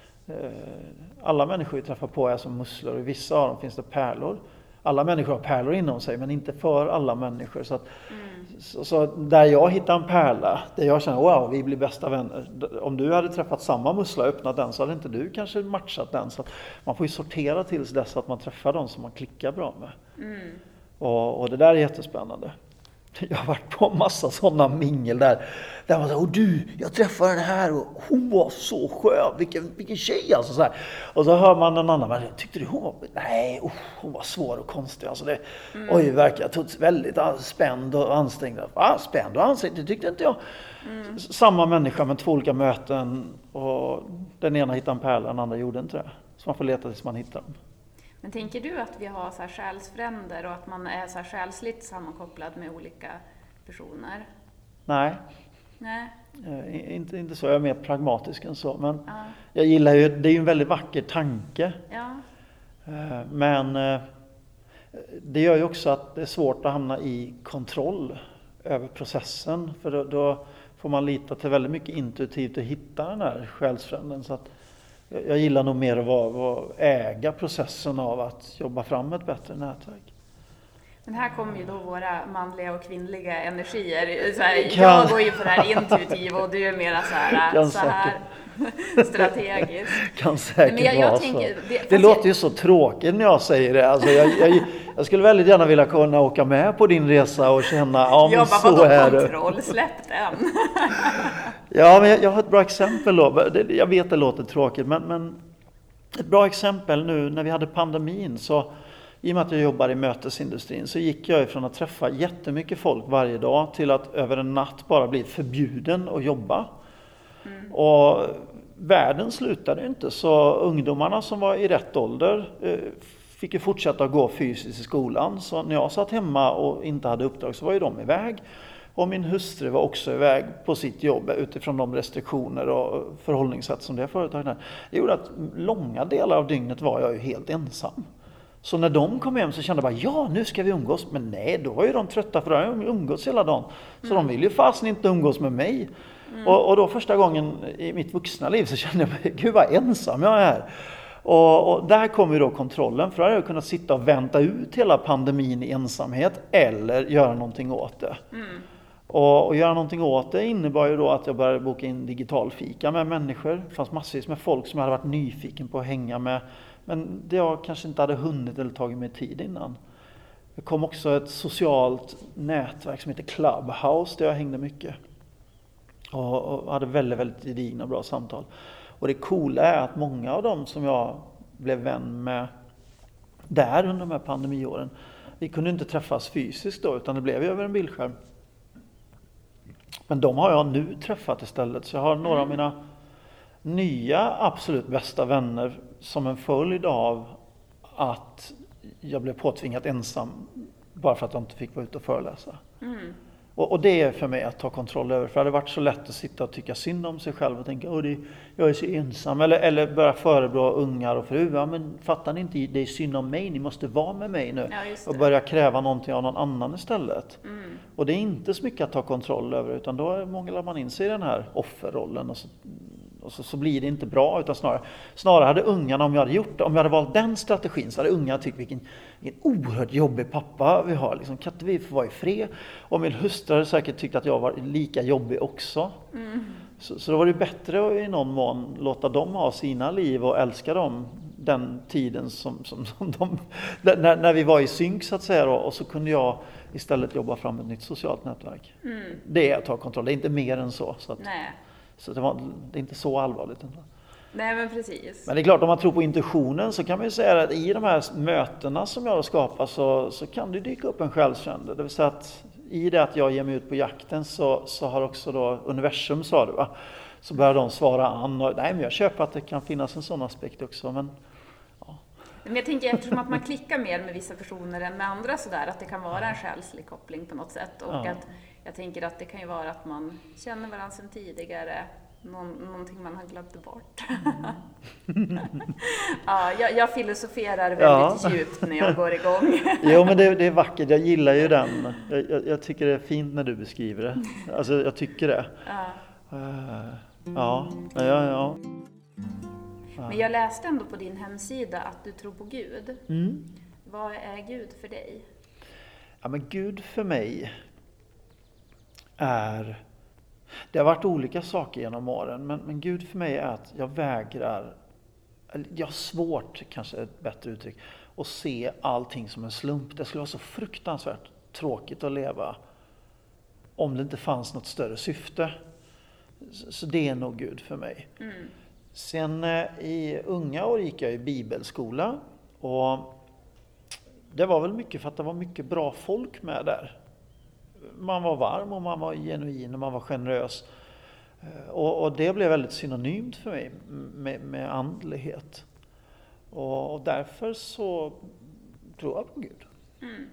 Alla människor vi träffar på är som musslor. I vissa av dem finns det pärlor. Alla människor har pärlor inom sig, men inte för alla människor. Så, att, mm. så, så där jag hittar en pärla, där jag känner wow, vi blir bästa vänner. Om du hade träffat samma mussla och öppnat den så hade inte du kanske matchat den. Så att man får ju sortera tills dess att man träffar dem som man klickar bra med. Mm. Och, och det där är jättespännande. Jag har varit på en massa sådana mingel där. Där man säger, åh du, jag träffade den här och hon var så skön, vilken, vilken tjej alltså. Så här. Och så hör man en annan, men tyckte du hon var, nej, oh, hon var svår och konstig. Alltså det, mm. Oj, verkar jag tog väldigt spänd och ansträngd. Ah, spänd och ansträngd, det tyckte inte jag. Mm. Samma människa med två olika möten och den ena hittade en pärla, den andra gjorde inte det. Så man får leta tills man hittar dem. Men tänker du att vi har så här själsfränder och att man är så här själsligt sammankopplad med olika personer? Nej. Nej. Eh, inte, inte så, jag är mer pragmatisk än så. Men ja. Jag gillar ju, det är ju en väldigt vacker tanke. Ja. Eh, men eh, det gör ju också att det är svårt att hamna i kontroll över processen. För då, då får man lita till väldigt mycket intuitivt att hitta den här själsfränden. Så att jag gillar nog mer att vara, vara, äga processen av att jobba fram ett bättre nätverk. Men här kommer ju då våra manliga och kvinnliga energier. Så här, kan... Jag går ju på det här intuitiva och du är mera så här, så här strategiskt. Kan säkert men jag, jag vara tänker, så. Det, det låter ju så tråkigt när jag säger det. Alltså jag, jag, jag skulle väldigt gärna vilja kunna åka med på din resa och känna, ja men så bara, är det. Kontroll, släpp den. Ja, men jag, jag har ett bra exempel då. Jag vet det låter tråkigt, men, men ett bra exempel nu när vi hade pandemin så i och med att jag jobbar i mötesindustrin så gick jag ifrån att träffa jättemycket folk varje dag till att över en natt bara bli förbjuden att jobba. Mm. Och världen slutade inte, så ungdomarna som var i rätt ålder eh, fick ju fortsätta att gå fysiskt i skolan. Så när jag satt hemma och inte hade uppdrag så var ju de iväg. Och min hustru var också iväg på sitt jobb utifrån de restriktioner och förhållningssätt som det företaget hade. Det gjorde att långa delar av dygnet var jag ju helt ensam. Så när de kom hem så kände jag bara, ja nu ska vi umgås. Men nej, då var ju de trötta för de har umgås hela dagen. Så mm. de vill ju fast inte umgås med mig. Mm. Och, och då första gången i mitt vuxna liv så kände jag mig, gud vad ensam jag är. Och, och där kommer ju då kontrollen. För då hade jag kunnat sitta och vänta ut hela pandemin i ensamhet eller göra någonting åt det. Mm. Och, och göra någonting åt det innebar ju då att jag började boka in digital fika med människor. Det fanns massvis med folk som jag hade varit nyfiken på att hänga med. Men det jag kanske inte hade hunnit eller tagit mig tid innan. Det kom också ett socialt nätverk som heter Clubhouse där jag hängde mycket. Och, och hade väldigt, väldigt gedigna och bra samtal. Och det coola är att många av dem som jag blev vän med där under de här pandemiåren, vi kunde inte träffas fysiskt då utan det blev ju över en bildskärm. Men de har jag nu träffat istället. Så jag har några av mina nya absolut bästa vänner som en följd av att jag blev påtvingat ensam bara för att jag inte fick vara ute och föreläsa. Mm. Och, och det är för mig att ta kontroll över. För det hade varit så lätt att sitta och tycka synd om sig själv och tänka åh, det, jag är så ensam. Eller, eller börja förebrå ungar och fruar. Ja, men fattar ni inte, det är synd om mig, ni måste vara med mig nu. Ja, och börja kräva någonting av någon annan istället. Mm. Och det är inte så mycket att ta kontroll över utan då månglar man in sig i den här offerrollen och så Och så, så blir det inte bra utan snarare, snarare hade ungarna, om jag hade gjort om jag hade valt den strategin så hade ungarna tyckt vilken, vilken oerhört jobbig pappa vi har. Liksom, kan inte vi få vara i fred? Och min hustru hade säkert tyckt att jag var lika jobbig också. Mm. Så, så då var det bättre att i någon mån låta dem ha sina liv och älska dem den tiden som, som, som de, när, när vi var i synk så att säga. Då, och så kunde jag istället jobba fram ett nytt socialt nätverk. Mm. Det är att ta kontroll, det är inte mer än så. så att, Nej. Så det, var, det är inte så allvarligt ändå. Nej, men precis. Men det är klart, om man tror på intuitionen så kan man ju säga att i de här mötena som jag skapar så, så kan det dyka upp en självkännande. Det vill säga att i det att jag ger mig ut på jakten så, så har också då universum, sa du va? Så börjar de svara an och nej, men jag köper att det kan finnas en sån aspekt också. Men, ja. Men jag tänker eftersom att man klickar mer med vissa personer än med andra sådär, att det kan vara en själslig koppling på något sätt. Och ja. att jag tänker att det kan ju vara att man känner varandra sedan tidigare Någon, någonting man har glömt bort. Mm. ja, jag, jag filosoferar väldigt ja. djupt när jag går igång. Jo, men det, det är vackert. Jag gillar ju den. Jag, jag, jag tycker det är fint när du beskriver det. Alltså, jag tycker det. Ja. Uh, ja, ja, ja. ja. Men jag läste ändå på din hemsida att du tror på Gud. Mm. Vad är Gud för dig? Ja, men Gud för mig är... Det har varit olika saker genom åren, men, men Gud för mig är att jag vägrar, jag har svårt, kanske ett bättre uttryck, att se allting som en slump. Det skulle vara så fruktansvärt tråkigt att leva om det inte fanns något större syfte. Så, så det är nog Gud för mig. Mm. Sen i unga år gick jag i bibelskola, och det var väl mycket för att det var mycket bra folk med där. Man var varm och man var genuin och man var generös. Och, och det blev väldigt synonymt för mig med, med andlighet. Och, och därför så tror jag på Gud. Mm.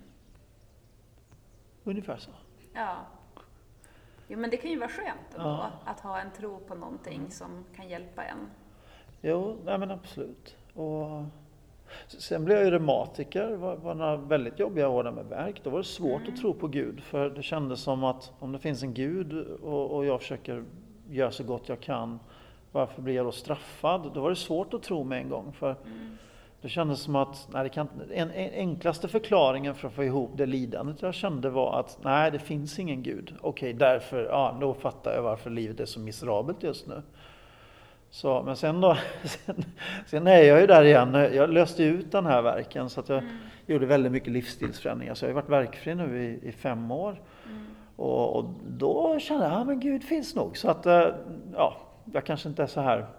Ungefär så. Ja. Jo, men det kan ju vara skönt ändå, ja. att ha en tro på någonting som kan hjälpa en. Jo, nej men absolut. Och sen blev jag ju reumatiker. Det var, var några väldigt jobbiga år med värk. Då var det svårt mm. att tro på Gud. För det kändes som att om det finns en Gud och, och jag försöker göra så gott jag kan, varför blir jag då straffad? Då var det svårt att tro med en gång. För mm. det kändes som att nej, det kan, en, en enklaste förklaringen för att få ihop det lidandet jag kände var att nej, det finns ingen Gud. Okej, därför, ja, då fattar jag varför livet är så miserabelt just nu. Så, men sen då, sen, sen är jag ju där igen. Jag löste ut den här verken så att jag mm. gjorde väldigt mycket livsstilsförändringar. Så jag har varit verkfri nu i, i fem år. Mm. Och, och då kände jag, ja men Gud finns nog. Så att, ja, jag kanske inte är så här,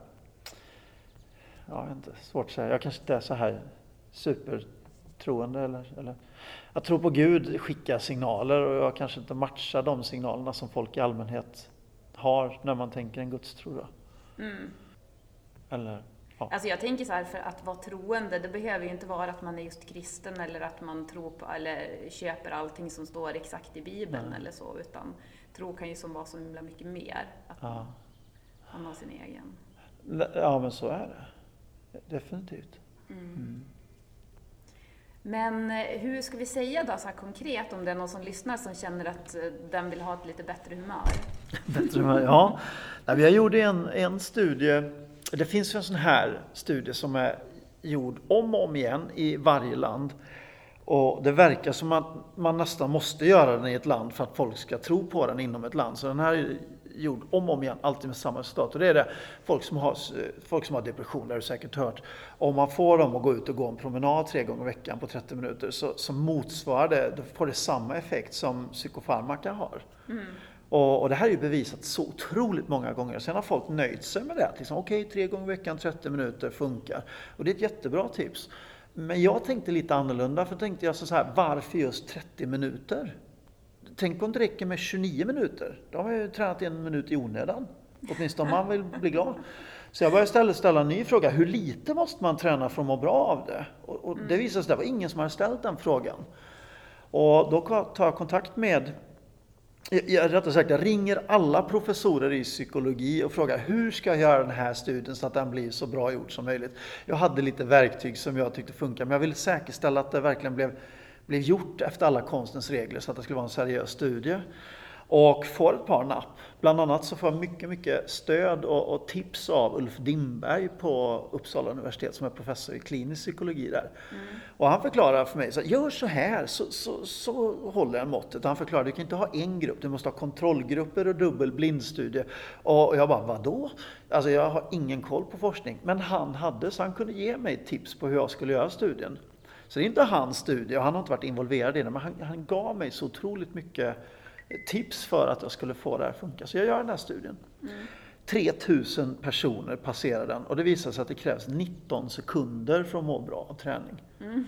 ja, inte svårt att säga. Jag kanske inte är så här supertroende eller, eller jag tror på Gud skickar signaler och jag kanske inte matchar de signalerna som folk i allmänhet har när man tänker en gudstro då. Mm. Eller, ja. Alltså jag tänker så här, för att vara troende, det behöver ju inte vara att man är just kristen eller att man tror på eller köper allting som står exakt i Bibeln. Nej. Eller så, utan tro kan ju som vara så himla mycket mer, att ja. man, man har sin egen. Ja, men så är det. Definitivt. Mm. Mm. Men hur ska vi säga då så här konkret, om det är någon som lyssnar som känner att den vill ha ett lite bättre humör? Bättre humör, ja. Vi har gjort en, en studie, det finns en sån här studie som är gjord om och om igen i varje land. Och det verkar som att man nästan måste göra den i ett land för att folk ska tro på den inom ett land. Så den här är gjord om och om igen, alltid med samma resultat. Och det är det folk som har, folk som har depression, det har du säkert hört. Om man får dem att gå ut och gå en promenad tre gånger i veckan på trettio minuter så, så motsvarar det, då får det samma effekt som psykofarmaka har. Mm. Och, och det här är ju bevisat så otroligt många gånger. Sen har folk nöjt sig med det. Liksom, okej, okay, tre gånger i veckan, trettio minuter funkar. Och det är ett jättebra tips. Men jag tänkte lite annorlunda, för tänkte jag så här, varför just trettio minuter? Tänk om det räcker med tjugonio minuter. Då har jag ju tränat en minut i onödan. Åtminstone om man vill bli glad. Så jag började istället ställa en ny fråga. Hur lite måste man träna för att må bra av det? Och, och det visade sig att det var ingen som hade ställt den frågan. Och då tar jag kontakt med... Jag, rättare sagt, jag ringer alla professorer i psykologi och frågar hur ska jag göra den här studien så att den blir så bra gjort som möjligt. Jag hade lite verktyg som jag tyckte funkar, men jag ville säkerställa att det verkligen blev, blev gjort efter alla konstens regler så att det skulle vara en seriös studie. Och får ett par napp. Bland annat så får jag mycket, mycket stöd och, och tips av Ulf Dimberg på Uppsala universitet som är professor i klinisk psykologi där. Mm. Och han förklarar för mig, så gör så här så, så, så håller en måttet. Han förklarar, du kan inte ha en grupp, du måste ha kontrollgrupper och dubbel blindstudie. Och jag bara, vadå? Alltså jag har ingen koll på forskning. Men han hade, så han kunde ge mig tips på hur jag skulle göra studien. Så det är inte hans studie och han har inte varit involverad i det, men han, han gav mig så otroligt mycket tips för att jag skulle få det här att funka. Så jag gör den här studien. Mm. tre tusen personer passerar den och det visar sig att det krävs nitton sekunder för att må bra av träning. Mm.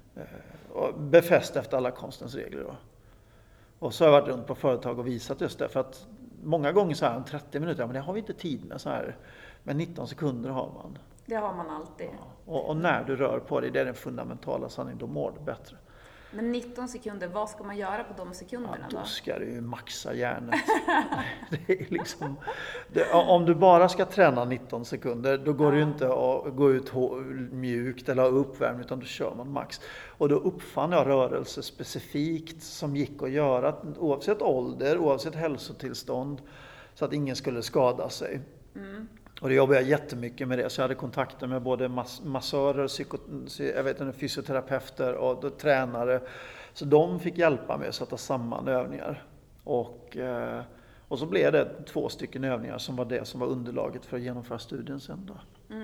Och befäst efter alla konstens regler då. Och så har jag varit runt på företag och visat just det, för att många gånger så här trettio minuter, men det har vi inte tid med så här. Men nitton sekunder har man. Det har man alltid. Ja. Och, och när du rör på dig, det är den fundamentala sanningen, då mår du bättre. Men nitton sekunder, vad ska man göra på de sekunderna ja, då? Då ska du ju maxa hjärnet. Det är liksom, det, om du bara ska träna nitton sekunder, då går ja. det ju inte att gå ut mjukt eller ha uppvärmning, utan då kör man max. Och då uppfann jag rörelse specifikt som gick att göra oavsett ålder, oavsett hälsotillstånd, så att ingen skulle skada sig. Mm. Och det jobbade jag jättemycket med det, så jag hade kontakter med både mass- massörer, psyko- jag vet inte, fysioterapeuter och tränare. Så de fick hjälpa mig att sätta samman övningar. Och, eh, och så blev det två stycken övningar som var det som var underlaget för att genomföra studien sen då. Mm.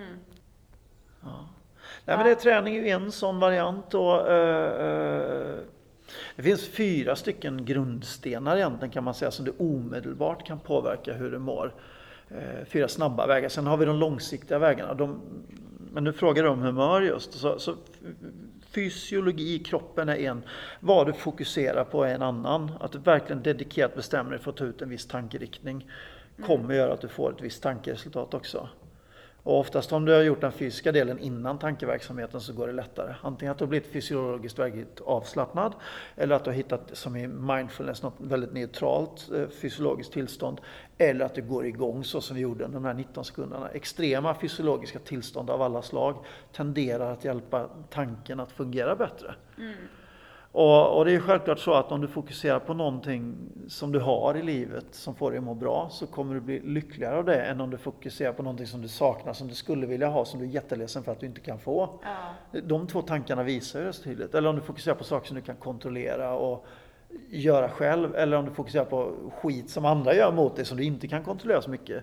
Ja. Nej, men det är träning är ju en sån variant. Och, eh, det finns fyra stycken grundstenar egentligen, kan man säga, som du omedelbart kan påverka hur du mår. Fyra snabba vägar. Sen har vi de långsiktiga vägarna. De, men nu frågar du om humör just. Så, så fysiologi i kroppen är en. Vad du fokuserar på är en annan. Att du verkligen dedikerat bestämmer dig för att ta ut en viss tankeriktning kommer mm. göra att du får ett visst tankeresultat också. Och oftast om du har gjort den fysiska delen innan tankeverksamheten så går det lättare. Antingen att du har blivit fysiologiskt väldigt avslappnad, eller att du har hittat, som i mindfulness, något väldigt neutralt eh, fysiologiskt tillstånd, eller att du går igång så som vi gjorde under de här nitton sekunderna. Extrema fysiologiska tillstånd av alla slag tenderar att hjälpa tanken att fungera bättre. Mm. Och, och det är självklart så att om du fokuserar på någonting som du har i livet som får dig att må bra, så kommer du bli lyckligare av det än om du fokuserar på någonting som du saknar, som du skulle vilja ha, som du är jätteledsen för att du inte kan få. Ja. De två tankarna visar ju så tydligt. Eller om du fokuserar på saker som du kan kontrollera och göra själv, eller om du fokuserar på skit som andra gör mot dig som du inte kan kontrollera så mycket.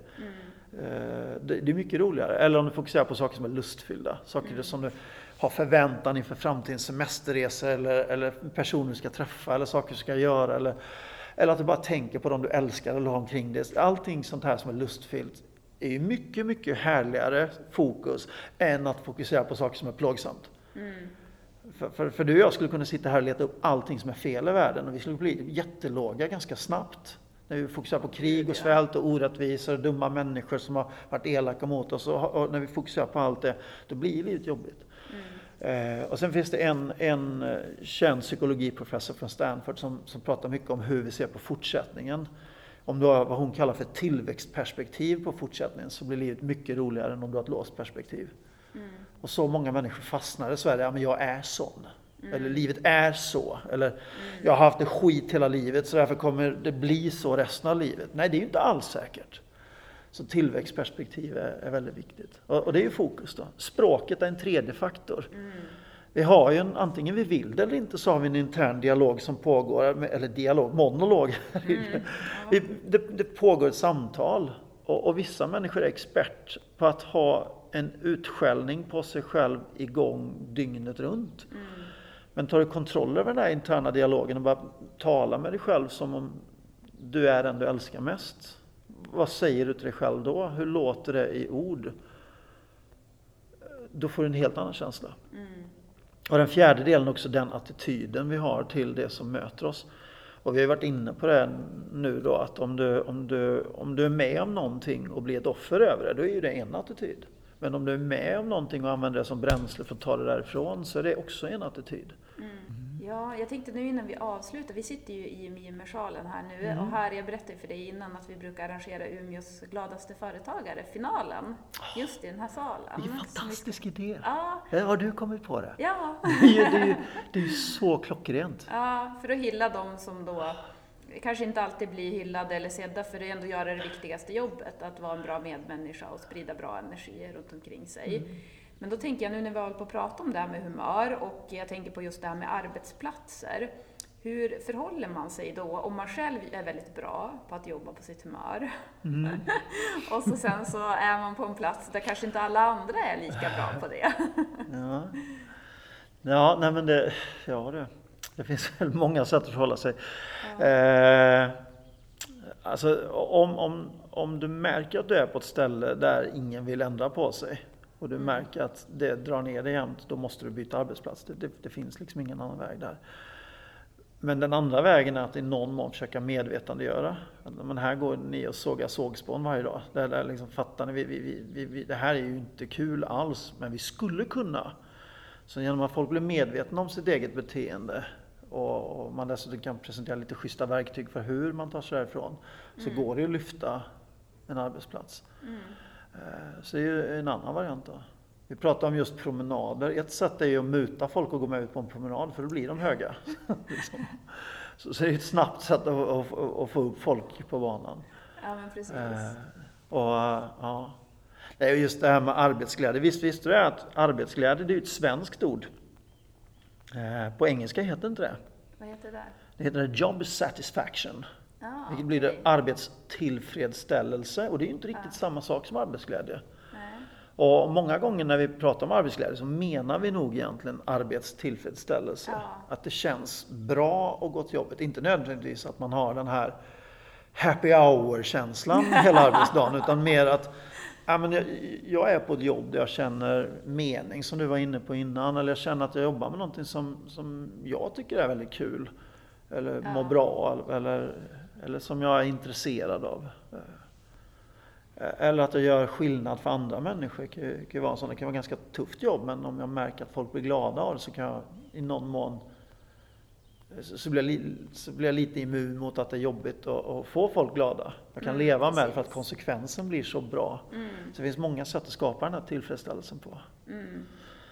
Mm. Det är mycket roligare. Eller om du fokuserar på saker som är lustfyllda, saker mm. som du har förväntan inför framtidens semesterresor, eller, eller personer du ska träffa, eller saker du ska göra, eller, eller att du bara tänker på dem du älskar eller har omkring dig. Allting sånt här som är lustfyllt är ju mycket, mycket härligare fokus än att fokusera på saker som är plågsamt. Mm. För, för, för du och jag skulle kunna sitta här och leta upp allting som är fel i världen, och vi skulle bli jättelåga ganska snabbt. När vi fokuserar på krig och svält och orättvisor och dumma människor som har varit elaka mot oss, och, och när vi fokuserar på allt det, då blir livet jobbigt. Mm. Eh, och sen finns det en, en känd psykologiprofessor från Stanford som, som pratar mycket om hur vi ser på fortsättningen. Om du har vad hon kallar för tillväxtperspektiv på fortsättningen, så blir livet mycket roligare än om du har ett låst perspektiv. Mm. Och så många människor fastnar i Sverige, ja, men jag är sån. Mm. Eller livet är så. Eller mm. jag har haft det skit hela livet, så därför kommer det bli så resten av livet. Nej, det är ju inte alls säkert. Så tillväxtperspektiv är, är väldigt viktigt. Och, och det är ju fokus då. Språket är en tredje faktor. Mm. Vi har ju en, antingen vi vill det eller inte, så har vi en intern dialog som pågår, eller dialog, monolog. Mm. vi, det, det pågår ett samtal. Och, och vissa människor är expert på att ha en utskällning på sig själv igång dygnet runt. Mm. Men tar du kontroll över den här interna dialogen och bara tala med dig själv som om du är den du älskar mest. Vad säger du till dig själv då? Hur låter det i ord? Då får du en helt annan känsla. Mm. Och den fjärde delen också den attityden vi har till det som möter oss. Och vi har varit inne på det nu då, att om du, om du, om du är med om någonting och blir ett offer över det, då är ju det en attityd. Men om du är med om någonting och använder det som bränsle för att ta det därifrån, så är det också en attityd. Mm. Ja, jag tänkte nu innan vi avslutar, vi sitter ju i Mimersalen här nu mm. och här, jag berättade för dig innan att vi brukar arrangera Umeås gladaste företagare, finalen, just i den här salen. Det är en fantastisk ska... idé. Ja. Har du kommit på det? Ja. Det är ju, det är ju, det är ju så klockrent. Ja, för att hylla dem som då kanske inte alltid blir hyllade eller sedda, för det ändå göra det viktigaste jobbet, att vara en bra medmänniska och sprida bra energi runt omkring sig. Mm. Men då tänker jag nu när vi håller på att prata om det här med humör, och jag tänker på just det här med arbetsplatser. Hur förhåller man sig då om man själv är väldigt bra på att jobba på sitt humör? Mm. Och så sen så är man på en plats där kanske inte alla andra är lika bra på det. Ja, ja nej men det, ja det, det finns väl många sätt att förhålla sig. Ja. Eh, alltså om, om, om du märker att du är på ett ställe där ingen vill ändra på sig, och du märker att det drar ner dig jämt, då måste du byta arbetsplats. Det, det, det finns liksom ingen annan väg där. Men den andra vägen är att i någon mån försöka medvetandegöra. Men här går ni och sågar sågspån varje dag. Där, där liksom fattar ni, vi, vi, vi, vi, det här är ju inte kul alls, men vi skulle kunna. Så genom att folk blir medvetna om sitt eget beteende och, och man dessutom kan presentera lite schyssta verktyg för hur man tar sig därifrån, så mm. går det att lyfta en arbetsplats. Mm. Så det är ju en annan variant då. Vi pratar om just promenader. Ett sätt är ju att muta folk och gå med ut på en promenad, för då blir de höga. liksom. så, så det är ett snabbt sätt att, att, att få upp folk på banan. Ja, men precis. Eh, och ja, det är just det här med arbetsglädje. Visst visste du att arbetsglädje, det är ju ett svenskt ord. Eh, på engelska heter inte det. Vad heter det? Det heter job satisfaction. Ah, Vilket blir det okay. arbetstillfredsställelse, och det är ju inte riktigt ah. samma sak som arbetsglädje. Nej. Och många gånger när vi pratar om arbetsglädje så menar vi nog egentligen arbetstillfredsställelse. Ah. Att det känns bra att gå till jobbet. Inte nödvändigtvis att man har den här happy hour-känslan hela arbetsdagen, utan mer att ja, men jag, jag är på ett jobb där jag känner mening, som du var inne på innan, eller jag känner att jag jobbar med någonting som, som jag tycker är väldigt kul, eller ja. mår bra, eller, eller som jag är intresserad av. Eller att jag gör skillnad för andra människor. Det kan ju vara, sånt. Det kan vara ganska tufft jobb, men om jag märker att folk blir glada av det, så kan jag i någon mån så blir jag, så blir jag lite immun mot att det är jobbigt att, att få folk glada. Jag kan mm, leva med det för att konsekvensen blir så bra. Mm. Så det finns många sätt att skapa den här tillfredsställelsen på. Mm.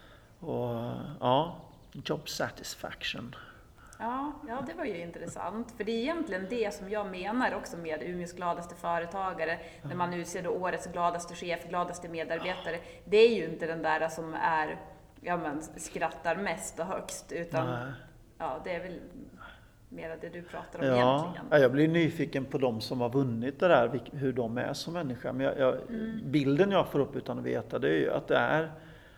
Och ja, job satisfaction. Ja, ja, det var ju intressant. För det är egentligen det som jag menar också med Umeås gladaste företagare. Ja. När man utser då årets gladaste chef, gladaste medarbetare. Det är ju inte den där som är, ja men, skrattar mest och högst. Utan Nej. ja, det är väl mer det du pratar om ja. egentligen. Ja, jag blir nyfiken på de som har vunnit det där, hur de är som människa. Men jag, jag, mm. bilden jag får upp utan att veta, det är ju att det är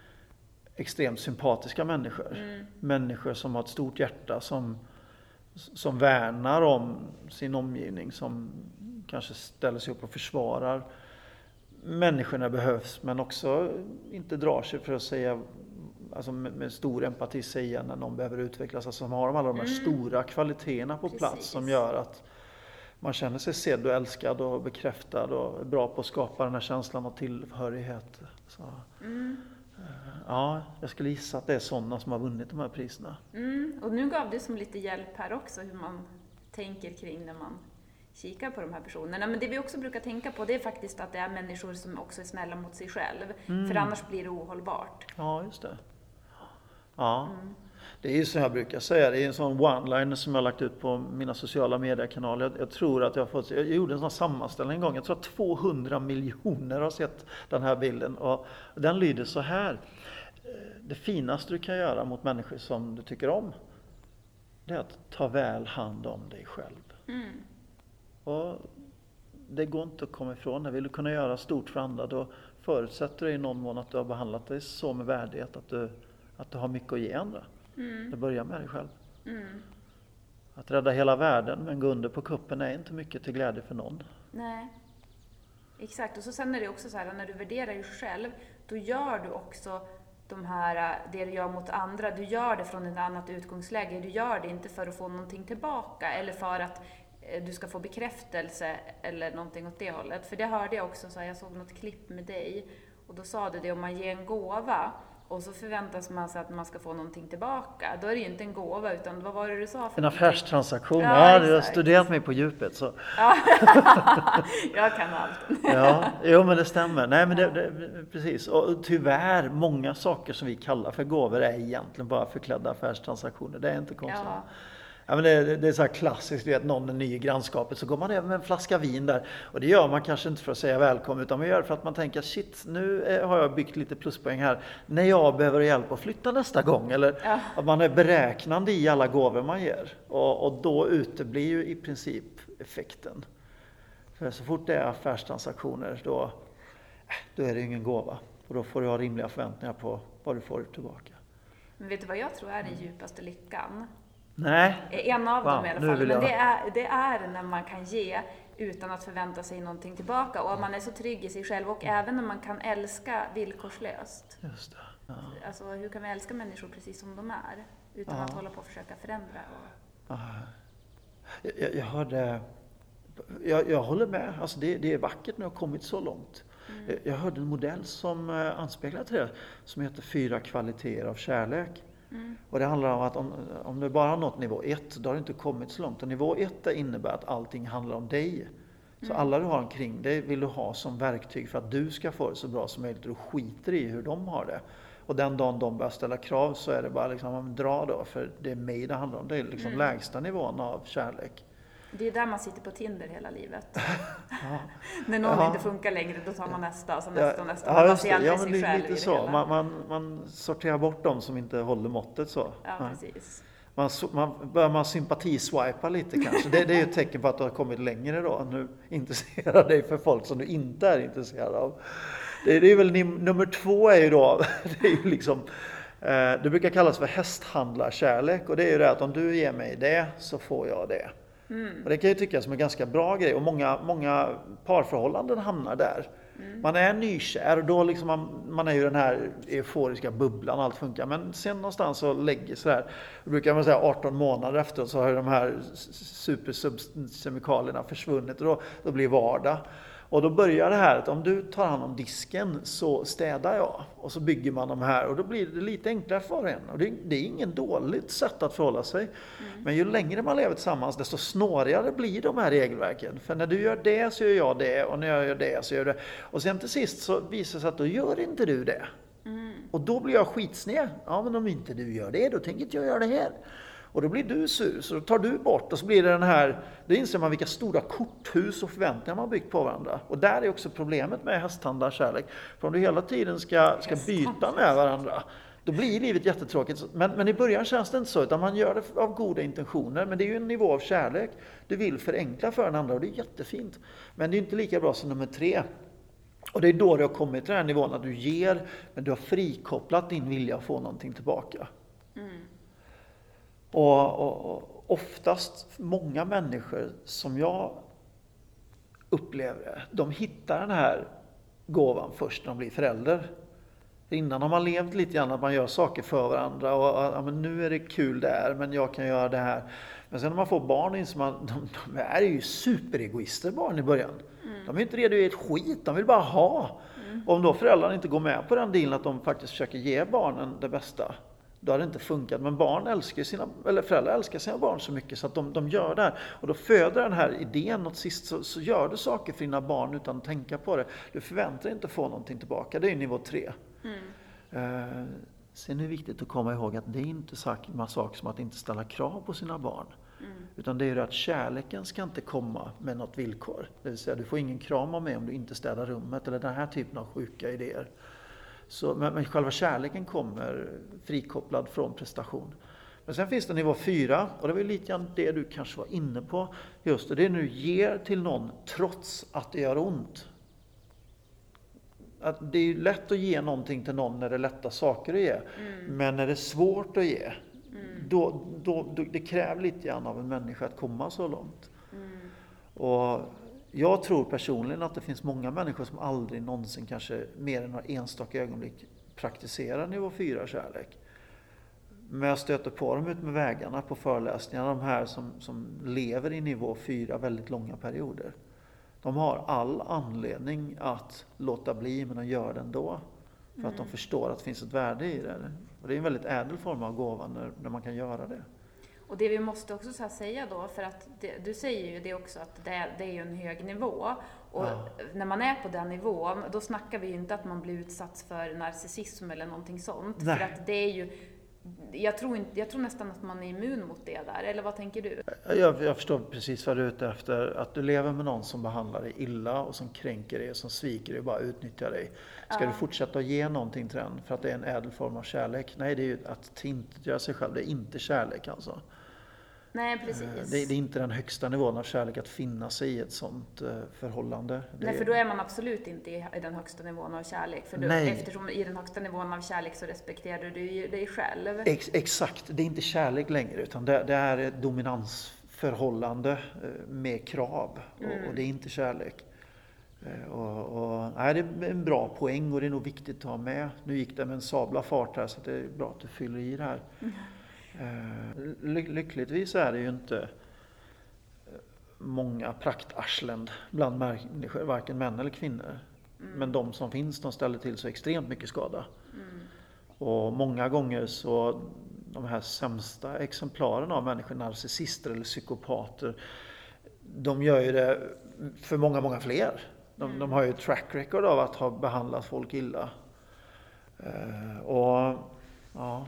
extremt sympatiska människor. Mm. Människor som har ett stort hjärta, som, som värnar om sin omgivning, som kanske ställer sig upp och försvarar människorna behövs, men också inte drar sig för att säga, alltså med, med stor empati säga när någon behöver utvecklas, alltså som har de alla de här mm. stora kvaliteterna på Precis. plats som gör att man känner sig sedd och älskad och bekräftad och är bra på att skapa den här känslan av tillhörighet. Så. Mm. Ja, jag skulle gissa att det är sådana som har vunnit de här priserna. Mm, och nu gav det som lite hjälp här också hur man tänker kring när man kikar på de här personerna. Men det vi också brukar tänka på, det är faktiskt att det är människor som också är snälla mot sig själv. Mm. För annars blir det ohållbart. Ja, just det. Ja, mm. det är ju som jag brukar säga, det är en sån one-liner som jag har lagt ut på mina sociala mediekanaler. Jag, jag tror att jag har fått, jag gjorde en sån sammanställning en gång, jag tror att tvåhundra miljoner har sett den här bilden. Och den lyder så här: det finaste du kan göra mot människor som du tycker om, det är att ta väl hand om dig själv. Mm. Och det går inte att komma ifrån. När vill du kunna göra stort för andra, då förutsätter det i någon mån att du har behandlat dig så med värdighet att du, att du har mycket att ge andra. Mm. Det börjar med dig själv. Mm. Att rädda hela världen men gå under på kuppen är inte mycket till glädje för någon. Nej, exakt. Och så sen är det också så här, när du värderar dig själv, då gör du också de här, det du gör mot andra, du gör det från ett annat utgångsläge. Du gör det inte för att få någonting tillbaka eller för att du ska få bekräftelse eller någonting åt det hållet. För det hörde jag också, så här, jag såg något klipp med dig och då sa du det, om man ger en gåva och så förväntas man sig att man ska få någonting tillbaka, då är det ju inte en gåva, utan vad var det du sa? För en affärstransaktion. Ja, ja, du har studerat mig på djupet. Så. Ja. Jag kan allt. Ja, jo, men det stämmer. Nej, men det, det, precis. Och tyvärr, många saker som vi kallar för gåvor är egentligen bara förklädda affärstransaktioner. Det är inte konstigt. Ja. Ja, men det, det är så här klassiskt, du vet, någon är ny i grannskapet så går man över med en flaska vin där. Och det gör man kanske inte för att säga välkommen, utan man gör det för att man tänker shit, nu har jag byggt lite pluspoäng här när jag behöver hjälp att flytta nästa gång. Eller ja. Att man är beräknande i alla gåvor man ger. Och, och då uteblir ju i princip effekten. För så fort det är affärstransaktioner, då, då är det ingen gåva. Och då får du ha rimliga förväntningar på vad du får tillbaka. Men vet du vad jag tror är den djupaste lyckan? Nej. En av wow, dem i alla fall. Men jag... det, är, det är när man kan ge utan att förvänta sig någonting tillbaka. Och man är så trygg i sig själv. Och även när man kan älska villkorslöst. Just det. Ja. Alltså, hur kan vi älska människor precis som de är? Utan ja. att hålla på och försöka förändra. Och... Ja. Jag, jag hörde... Jag, jag håller med. Alltså det, det är vackert när jag har kommit så långt. Mm. Jag, jag hörde en modell som anspeglar till det. Som heter Fyra kvaliteter av kärlek. Mm. Och det handlar om att om, om du bara har nått nivå ett, då har du inte kommit så långt. Och nivå ett innebär att allting handlar om dig. Så Mm. alla du har omkring dig vill du ha som verktyg för att du ska få det så bra som möjligt. Du skiter i hur de har det. Och den dagen de börjar ställa krav så är det bara liksom, dra då, för det är mig det handlar om. Det är liksom Mm. lägsta nivån av kärlek. Det är där man sitter på Tinder hela livet. Ja. När någon Ja. inte funkar längre, då tar man nästa och så Ja, nästa och nästa. ja, Man just ser det. aldrig Ja, men sig det är själv lite i det så. hela. Man, man, man sorterar bort dem som inte håller måttet så. Ja, Ja. precis. Man, man börjar man sympatiswipa lite kanske. Det, det är ju ett tecken på att du har kommit längre då. Nu intresserar dig för folk som du inte är intresserad av. Det, det är väl nummer två är ju då, det är ju liksom, eh, det brukar kallas för hästhandlarkärlek. Och det är ju det att om du ger mig det så får jag det. Mm. Och det kan jag tycka som en ganska bra grej. Och många, många parförhållanden hamnar där. Mm. Man är nykär och då liksom man, man är ju den här euforiska bubblan, allt funkar. Men sen någonstans så lägger så här, brukar man säga arton månader efter så har de här supersubkemikalierna försvunnit och då, då blir vardag. Och då börjar det här att om du tar hand om disken så städar jag. Och så bygger man de här och då blir det lite enklare för var och en. Och det, det är ingen dåligt sätt att förhålla sig. Mm. Men ju längre man lever tillsammans desto snårigare blir de här regelverken. För när du gör det så gör jag det och när jag gör det så gör jag det. Och sen till sist så visar det sig att då gör inte du det. Mm. Och då blir jag skitsned. Ja, men om inte du gör det då tänker inte jag göra det här. Och då blir du sur, så då tar du bort och så blir det den här, då inser man vilka stora korthus och förväntningar man byggt på varandra. Och där är också problemet med hästhandlarkärlek. För om du hela tiden ska, ska byta med varandra, då blir livet jättetråkigt. Men, men i början känns det inte så, utan man gör det av goda intentioner. Men det är ju en nivå av kärlek. Du vill förenkla för den andra och det är jättefint. Men det är inte lika bra som nummer tre. Och det är då du har kommit till den här nivån att du ger, men du har frikopplat din vilja att få någonting tillbaka. Mm. Och, och, och oftast många människor som jag upplever det, de hittar den här gåvan först när de blir förälder. Innan har man levt lite grann att man gör saker för varandra och ja, men nu är det kul där men jag kan göra det här. Men sen när man får barn inser man de, de är ju superegoister barn i början. Mm. De är inte redo att ge ett skit, de vill bara ha. Mm. Och om då föräldrarna inte går med på den dealen att de faktiskt försöker ge barnen det bästa, då har det inte funkat. Men barn älskar sina, eller föräldrar älskar sina barn så mycket så att de, de gör det här. Och då föder den här idén och sist så, så gör du saker för dina barn utan att tänka på det. Du förväntar dig inte få någonting tillbaka. Det är nivå tre. Mm. Uh, sen är det viktigt att komma ihåg att det är inte samma sak som att inte ställa krav på sina barn. Mm. Utan det är ju att kärleken ska inte komma med något villkor. Det vill säga du får ingen kram av mig om du inte städar rummet eller den här typen av sjuka idéer. Så, men, men själva kärleken kommer frikopplad från prestation. Men sen finns det nivå fyra och det var ju lite grann det du kanske var inne på. Just det, det är när du ger till någon trots att det gör ont. Att det är ju lätt att ge någonting till någon när det är lätta saker att ge. Mm. Men när det är svårt att ge, mm. då, då, då det kräver lite grann av en människa att komma så långt. Mm. Och jag tror personligen att det finns många människor som aldrig någonsin, kanske mer än några enstaka ögonblick, praktiserar nivå fyra kärlek. Men jag stöter på dem ut med vägarna på föreläsningar, de här som, som lever i nivå fyra väldigt långa perioder. De har all anledning att låta bli, men de gör det ändå. För mm. att de förstår att det finns ett värde i det. Och det är en väldigt ädel form av gåva när, när man kan göra det. Och det vi måste också så här säga då, för att det, du säger ju det också att det, det är ju en hög nivå. Och ja. När man är på den nivån, då snackar vi ju inte att man blir utsatt för narcissism eller någonting sånt. Nej. För att det är ju, jag tror, inte, jag tror nästan att man är immun mot det där. Eller vad tänker du? Jag, jag förstår precis vad du är ute efter. Att du lever med någon som behandlar dig illa och som kränker dig, som sviker dig och bara utnyttjar dig. Ska ja. du fortsätta att ge någonting till den för att det är en ädel form av kärlek? Nej, det är ju att inte göra sig själv. Det är inte kärlek alltså. Nej, precis. Det, det är inte den högsta nivån av kärlek att finna sig i ett sånt uh, förhållande. Det Nej, för då är man absolut inte i, i den högsta nivån av kärlek. För du, eftersom i den högsta nivån av kärlek så respekterar du ju dig själv. Ex, exakt, det är inte kärlek längre utan det, det är ett dominansförhållande uh, med krav. Mm. Och, och det är inte kärlek. Uh, och, och, nej, det är en bra poäng och det är nog viktigt att ha med. Nu gick det med en sabla fart här så det är bra att du fyller i det här. Mm. Ly- lyckligtvis är det ju inte många praktarslen bland människor, varken män eller kvinnor. Mm. Men de som finns, de ställer till så extremt mycket skada. Mm. Och många gånger så de här sämsta exemplaren av människor, narcissister eller psykopater, de gör ju det för många, många fler. De, mm. de har ju ett track record av att ha behandlat folk illa. Uh, och ja...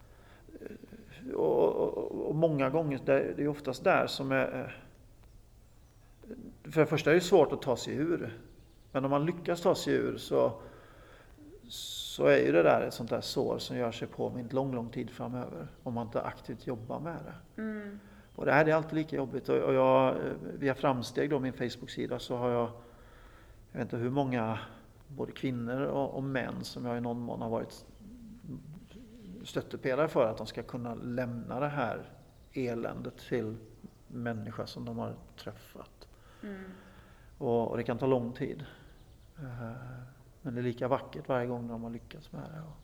Och, och, och många gånger, det är oftast där som är... För det första är det svårt att ta sig ur. Men om man lyckas ta sig ur så, så är ju det där ett sånt där sår som gör sig påmint lång, lång tid framöver. Om man inte aktivt jobbar med det. Mm. Och det här är alltid lika jobbigt. Och, och jag, via Framsteg då, min Facebook-sida, så har jag... Jag vet inte hur många både kvinnor och, och män som jag i någon mån har varit stöttepelare för att de ska kunna lämna det här eländet till människor som de har träffat. Mm. Och, och det kan ta lång tid. Uh, men det är lika vackert varje gång de har lyckats med det.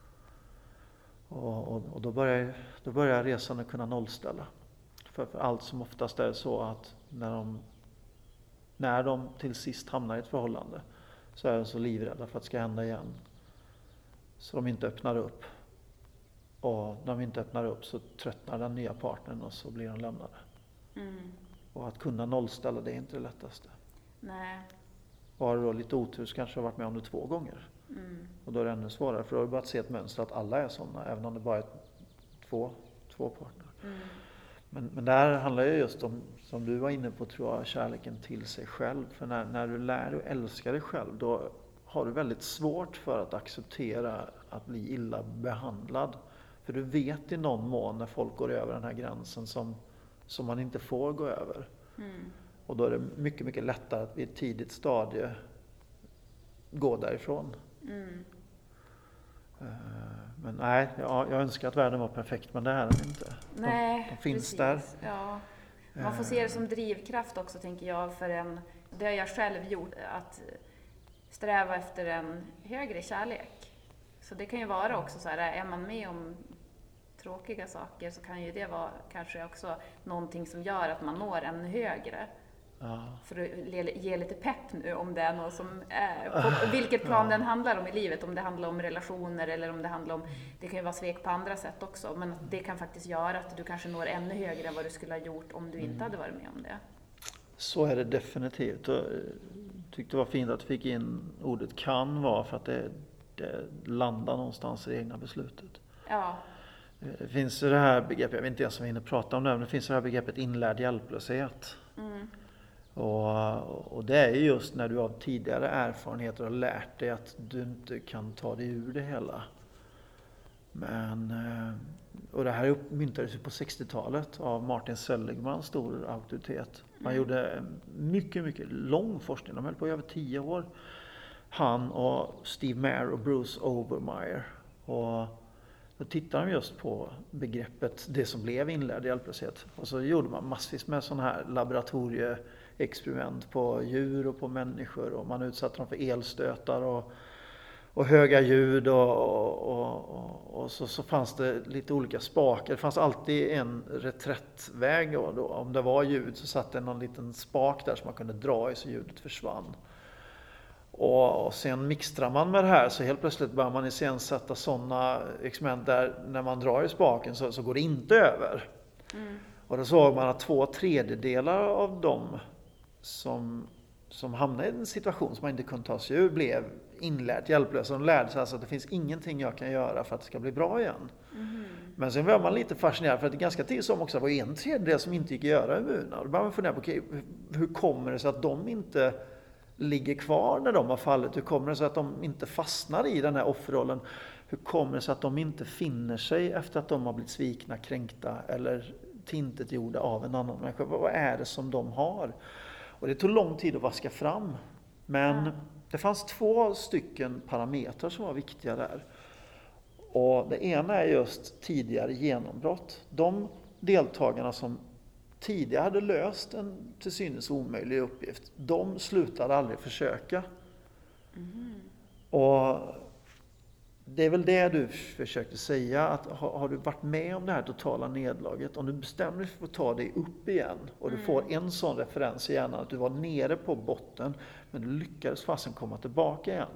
Och, och, och då, börjar, då börjar resan att kunna nollställa. För, för allt som oftast är så att när de, när de till sist hamnar i ett förhållande så är de så livrädda för att det ska hända igen. Så de inte öppnar upp. Och när de inte öppnar upp så tröttnar den nya partnern och så blir de lämnade. Mm. Och att kunna nollställa, det är inte det lättaste. Nej. Och har du då lite otur så kanske du har varit med om det två gånger. Mm. Och då är det ännu svårare, för då har du bara att se ett mönster att alla är sådana, även om det bara är två, två partner. Mm. Men, men där handlar det just om, som du var inne på, tror jag, kärleken till sig själv. För när, när du lär dig älska dig själv, då har du väldigt svårt för att acceptera att bli illa behandlad. För du vet i någon mån när folk går över den här gränsen som, som man inte får gå över. Mm. Och då är det mycket, mycket lättare att vid ett tidigt stadie gå därifrån. Mm. Men nej, jag, jag önskar att världen var perfekt, men det är den inte. Nej, de, de finns precis. Där. Ja. Man får se det som drivkraft också, tänker jag, för en, det har jag själv gjort, att sträva efter en högre kärlek. Så det kan ju vara också så här, är man med om tråkiga saker så kan ju det vara kanske också någonting som gör att man når en högre. Ja. För att ge lite pepp nu om det är något som är, på vilket plan ja. den handlar om i livet, om det handlar om relationer eller om det handlar om, det kan ju vara svek på andra sätt också, men det kan faktiskt göra att du kanske når ännu högre än vad du skulle ha gjort om du mm. inte hade varit med om det. Så är det definitivt. Jag tyckte det var fint att du fick in ordet kan vara, för att det, det landar någonstans i det egna beslutet. Ja. Det finns det här begreppet, jag vet inte ens om vi hinner prata om det, men det finns det här begreppet inlärd hjälplöshet. Mm. Och, och det är just när du av tidigare erfarenheter har lärt dig att du inte kan ta dig ur det hela. Men, och det här myntades ju på sextiotalet av Martin Seligman, stor auktoritet. Han mm. gjorde mycket, mycket lång forskning, de höll på i över tio år. Han och Steve Mayer och Bruce Obermeyer. Och då tittade de just på begreppet, det som blev inlärd hjälplöshet. Och så gjorde man massvis med sådana här laboratorieexperiment på djur och på människor. Och man utsatte dem för elstötar och, och höga ljud. Och, och, och, och så, så fanns det lite olika spakar. Det fanns alltid en reträttväg. Då, då. Om det var ljud så satt det någon liten spak där som man kunde dra i så ljudet försvann. Och sen mixtrar man med det här, så helt plötsligt börjar man iscensätta sådana experiment där när man drar i spaken så, så går det inte över. Mm. Och då såg man att två tredjedelar av dem som, som hamnade i en situation som man inte kunde ta sig ur blev inlärt hjälplösa. De lärde sig alltså att det finns ingenting jag kan göra för att det ska bli bra igen. Mm. Men sen var man lite fascinerad, för att det ganska tidigt som också var en tredjedel som inte gick att göra immuna. Då började man fundera på, okay, hur kommer det sig att de inte ligger kvar när de har fallit? Hur kommer det sig att de inte fastnar i den här offerrollen? Hur kommer det sig att de inte finner sig efter att de har blivit svikna, kränkta eller tintetgjorda av en annan människa? Vad är det som de har? Och det tog lång tid att vaska fram. Men ja. det fanns två stycken parametrar som var viktiga där. Och det ena är just tidigare genombrott. De deltagarna som tidigare hade löst en till synes omöjlig uppgift, de slutade aldrig försöka. Mm. Och det är väl det du försökte säga, att har, har du varit med om det här totala nedlaget, om du bestämmer dig för att ta dig upp igen och du mm. får en sån referens i hjärnan att du var nere på botten men du lyckades fasen komma tillbaka igen.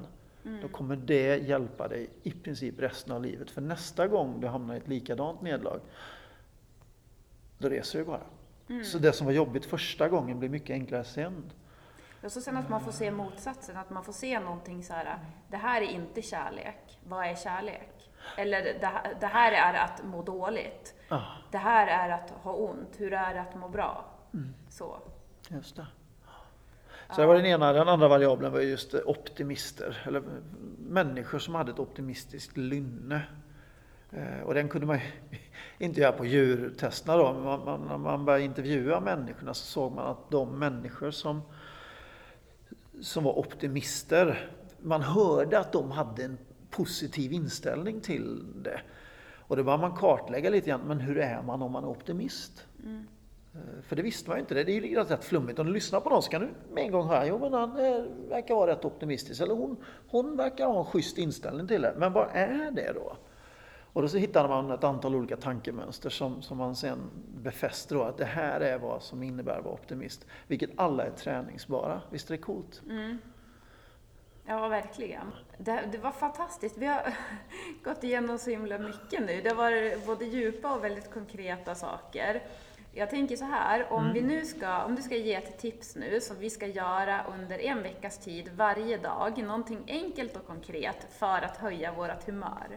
Mm. Då kommer det hjälpa dig i princip resten av livet. För nästa gång du hamnar i ett likadant nederlag, då reser du bara. Mm. Så det som var jobbigt första gången blir mycket enklare sen. Och så sen att man får se motsatsen, att man får se någonting så här, det här är inte kärlek, vad är kärlek? Eller det här, det här är att må dåligt, ah. det här är att ha ont, hur är det att må bra? Mm. Så. Just det. Så det var den ena, den andra variabeln var just optimister, eller människor som hade ett optimistiskt lynne. Och den kunde man inte göra på djurtesterna då, men man, man, när man började intervjua människorna så såg man att de människor som, som var optimister, man hörde att de hade en positiv inställning till det. Och det var man kartlägga lite grann, men hur är man om man är optimist? Mm. För det visste man ju inte, det är ju rätt flummigt. Om du lyssnar på någon så kan du med en gång höra, jo men han är, verkar vara rätt optimistisk, eller hon, hon verkar ha en schysst inställning till det. Men vad är det då? Och då så hittade man ett antal olika tankemönster som, som man sen befäster då, att det här är vad som innebär att vara optimist. Vilket alla är träningsbara. Visst är det coolt? Mm. Ja, verkligen. Det, det var fantastiskt. Vi har gått igenom så himla mycket nu. Det var både djupa och väldigt konkreta saker. Jag tänker så här, om mm. vi nu ska, om du ska ge ett tips nu som vi ska göra under en veckas tid varje dag, någonting enkelt och konkret för att höja vårt humör.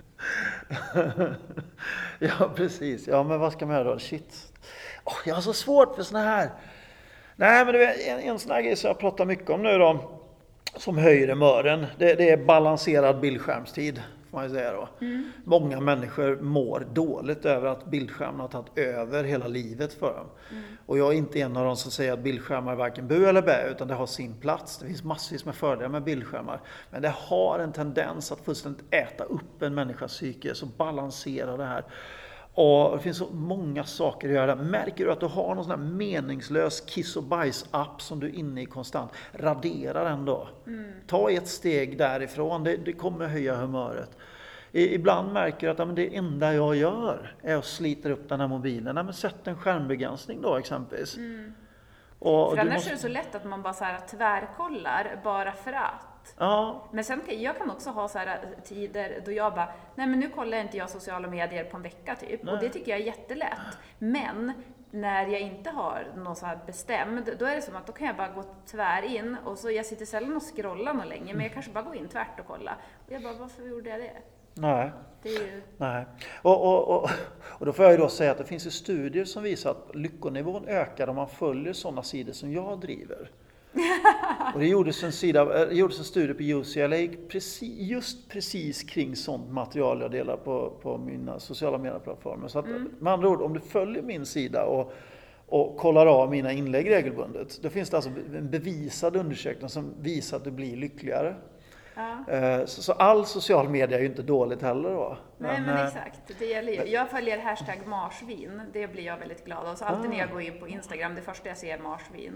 Ja, precis. Ja, men vad ska man göra då? Shit. Oh, jag har så svårt för såna här. Nej, men det är en, en sån här grej som jag pratar mycket om nu då, som höjer humören. Det, det är balanserad bildskärmstid, får man säga då. Mm. Många människor mår dåligt över att bildskärmen har tagit över hela livet för dem. Mm. Och jag är inte en av dem som säger att bildskärmar är varken bu eller bä, utan det har sin plats. Det finns massvis med fördelar med bildskärmar. Men det har en tendens att fullständigt äta upp en människas psyke, så balansera det här. Och det finns så många saker att göra. Märker du att du har någon sån här meningslös kiss- och bajs-app som du är inne i konstant, radera den då. Mm. Ta ett steg därifrån, det, det kommer höja humöret. I, ibland märker du att ja, men det enda jag gör är att slita upp den här mobilen. Ja, men sätt en skärmbegränsning då exempelvis. Mm. Och för annars måste... är det så lätt att man bara så här tvärkollar bara för att. Ja. Men sen jag kan också ha så här tider då jag bara, nej men nu kollar inte jag sociala medier på en vecka typ. Nej. Och det tycker jag är jättelätt. Men när jag inte har någon så här bestämd, då är det som att då kan jag bara gå tvär in och så jag sitter sällan och scrollar någon länge, men jag kanske bara går in tvärt och kollar. Och jag bara, varför gjorde jag det? Nej. Det är ju... Nej. Och, och, och, och då får jag ju då säga att det finns ju studier som visar att lyckonivån ökar om man följer sådana sidor som jag driver. Och det gjordes en, sida, det gjordes en studie på U C L A precis, just precis kring sånt material jag delar på, på mina sociala medieplattformar. Så att, mm. med andra ord, om du följer min sida och, och kollar av mina inlägg regelbundet, då finns det alltså en bevisad undersökning som visar att du blir lyckligare. Ja. Så, så all social media är ju inte dåligt heller då. Nej, men, men exakt, det gäller ju. Jag följer hashtag marsvin, det blir jag väldigt glad av. Så alltid ah. när jag går in på Instagram, det första jag ser är marsvin.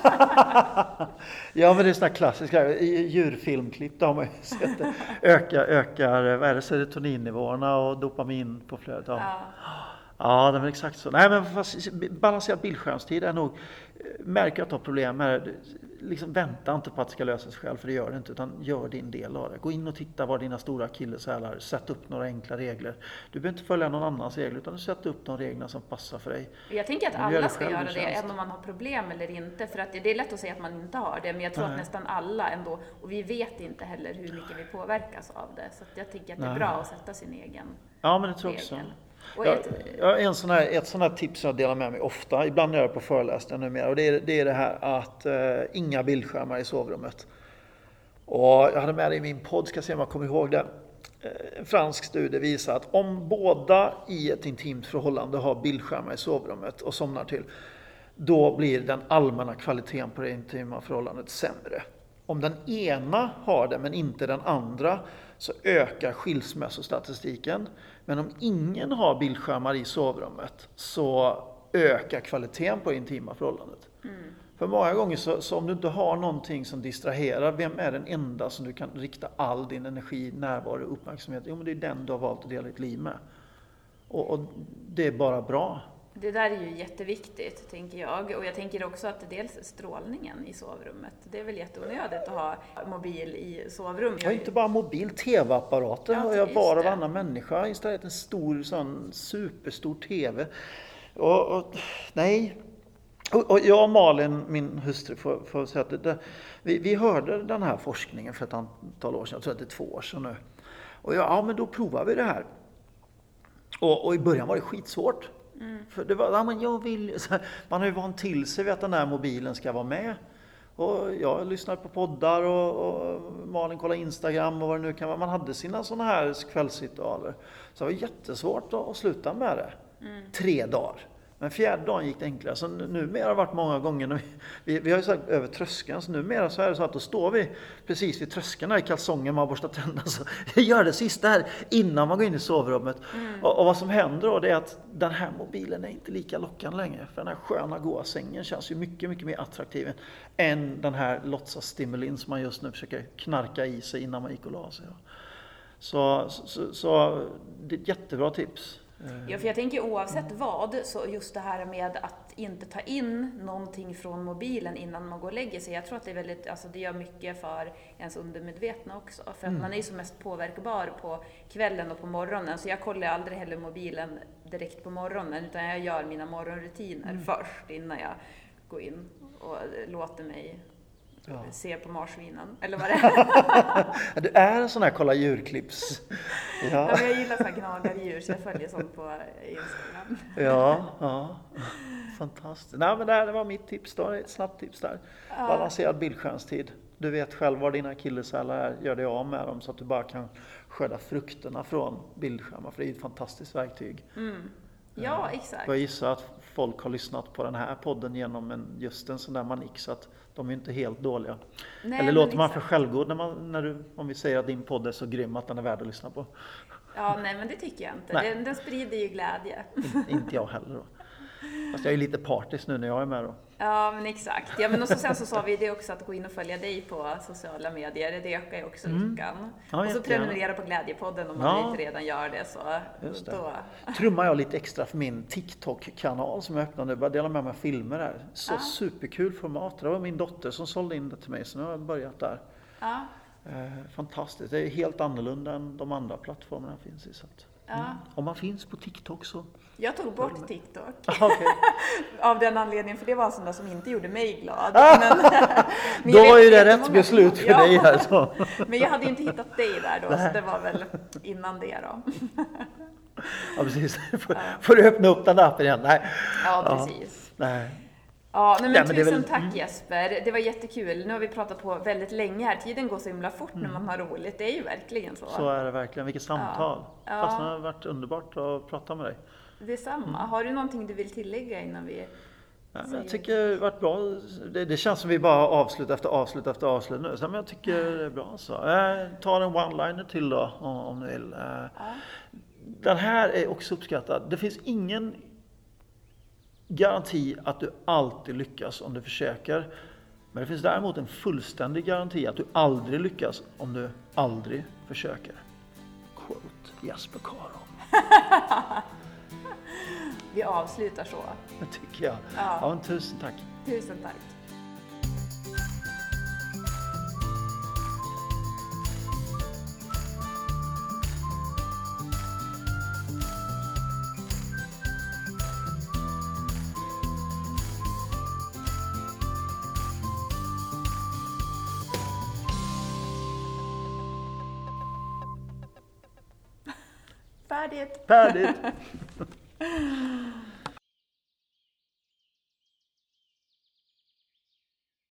Ja, men det är sådana klassiska djurfilmklipp, där har man ju sett det. Ökar, ökar vad är det, serotoninnivåerna och dopamin på flödet. Ja. Ja. Ja, det är exakt så. Nej, men fast, balanserad bildskärmstid är nog, märker att du har problem med det, liksom vänta inte på att det ska lösa sig själv, för det gör det inte, utan gör din del av det. Gå in och titta var dina stora akilleshälar, sätt upp några enkla regler. Du behöver inte följa någon annans regler, utan du sätter upp de reglerna som passar för dig. Jag tänker att alla ska göra det, även om man har problem eller inte, för att det är lätt att säga att man inte har det, men jag tror Nej. att nästan alla ändå, och vi vet inte heller hur mycket vi påverkas av det, så att jag tycker att det är Nej. bra att sätta sin egen Ja, men det tror jag också. Jag, jag, en sån här, ett sånt här tips jag delar med mig ofta, ibland gör jag på föreläsningar numera, och det är det, är det här att uh, inga bildskärmar i sovrummet. Och jag hade med det i min podd, ska se om jag kommer ihåg det. En fransk studie visar att om båda i ett intimt förhållande har bildskärmar i sovrummet och somnar till, då blir den allmänna kvaliteten på det intima förhållandet sämre. Om den ena har det men inte den andra, så ökar skilsmässostatistiken. Men om ingen har bildskärmar i sovrummet, så ökar kvaliteten på det intima förhållandet. Mm. För många gånger så, så om du inte har någonting som distraherar, vem är den enda som du kan rikta all din energi, närvaro och uppmärksamhet? Jo, men det är den du har valt att dela ditt liv med. Och, och det är bara bra. Det där är ju jätteviktigt, tänker jag. Och jag tänker också att dels strålningen i sovrummet. Det är väl jätteonödigt att ha mobil i sovrummet. Ja, inte bara mobil, tv-apparater Ja, har jag var och det. varannan människa installerat en stor sån superstor tv. Och, och nej, och, och jag och Malin, min hustru, får, får säga att det, det, vi, vi hörde den här forskningen för ett antal år sedan, jag tror att det är två år sedan nu. Och ja, ja men då provar vi det här. Och, och i början var det skitsvårt. Mm. För det var, ja men jag vill, man har ju vant till sig vid att den här mobilen ska vara med. Och jag lyssnar på poddar och, och Malin kollar Instagram och vad det nu kan vara. Man hade sina sådana här kvällsritualer. Så det var jättesvårt att, att sluta med det. Mm. Tre dagar. Men fjärde dagen gick det enklare. Så numera har det varit många gånger. Vi, vi, vi har ju sagt över tröskeln. Så numera så är det så att då står vi precis vid tröskeln i kalsongen. Man borstar tänderna. Så jag gör det sista här innan man går in i sovrummet. Mm. Och, och vad som händer då det är att den här mobilen är inte lika lockande längre. För den här sköna goa sängen känns ju mycket, mycket mer attraktiv än den här låtsasstimulin som man just nu försöker knarka i sig innan man gick och la sig. Så, så, så, så det är ett jättebra tips. Ja, för jag tänker oavsett vad, så just det här med att inte ta in någonting från mobilen innan man går och lägger sig. Jag tror att det är väldigt, alltså det gör mycket för ens undermedvetna också. För att mm. man är ju som mest påverkbar på kvällen och på morgonen. Så jag kollar aldrig heller mobilen direkt på morgonen, utan jag gör mina morgonrutiner mm. först innan jag går in och låter mig ja. se på marsvinen. Eller vad det är. Du är en sån här kolla djurklipps. Ja. Ja, men jag gillar så här gnagardjur så jag följer sånt på Instagram. Ja, ja. Fantastiskt. Nej, men det här var mitt tips då. Ett snabbt tips där. Ja. Balanserad bildskärmstid. Du vet själv vad dina akilleshälar är. Gör det av med dem så att du bara kan skörda frukterna från bildskärmar. För det är ett fantastiskt verktyg. Mm. Ja, exakt. Jag gissar att folk har lyssnat på den här podden genom en, just en sån där manik så att de är inte helt dåliga. Nej, eller låter man exakt. för självgod när man, när du, om vi säger att din podd är så grym att den är värd att lyssna på? Ja, nej men det tycker jag inte. Den, den sprider ju glädje. In, inte jag heller då. Fast jag är lite partisk nu när jag är med då. Ja, men exakt. Ja, men och så sen så sa vi det också att gå in och följa dig på sociala medier. Det ökar ju också mm. lyckan. Ja, och så prenumerera på Glädjepodden om man ja. inte redan gör det. Så Just det. Då... Trummar jag lite extra för min TikTok-kanal som jag öppnade. Jag började dela med mig filmer där. Så ja. superkul format. Det var min dotter som sålde in det till mig. Så nu har jag börjat där. Ja. Eh, fantastiskt. Det är helt annorlunda än de andra plattformarna finns i. Så att, ja. mm. Om man finns på TikTok så... Jag tog bort TikTok. Okay. Av den anledningen, för det var sådana som inte gjorde mig glad. Ah! Men, men då var ju det rätt beslut för ja. dig här. Så. Men jag hade ju inte hittat dig där då, så det var väl innan det då. Ja, precis. Får, ja. får du öppna upp den där appen igen? Nej. Ja, precis. Ja. Nej. Ja, nej, men, ja, men tusen väl... tack Jesper. Det var jättekul. Nu har vi pratat på väldigt länge här. Tiden går så himla fort mm. när man har roligt. Det är ju verkligen så. Så är det verkligen. Vilket samtal. Ja. Ja. Fast det har varit underbart att prata med dig. Detsamma. Mm. Har du någonting du vill tillägga innan vi... Ja, men jag tycker det har varit bra. Det, det känns som vi bara avslut efter avslut efter avslut nu. Så, men jag tycker det är bra så. Jag tar en one-liner till då om du vill. Ja. Den här är också uppskattad. Det finns ingen garanti att du alltid lyckas om du försöker. Men det finns däremot en fullständig garanti att du aldrig lyckas om du aldrig försöker. Quote Jesper Karon. Vi avslutar så. Det tycker jag. Ja. Ja, tusen tack. Tusen tack. Färdigt. Färdigt.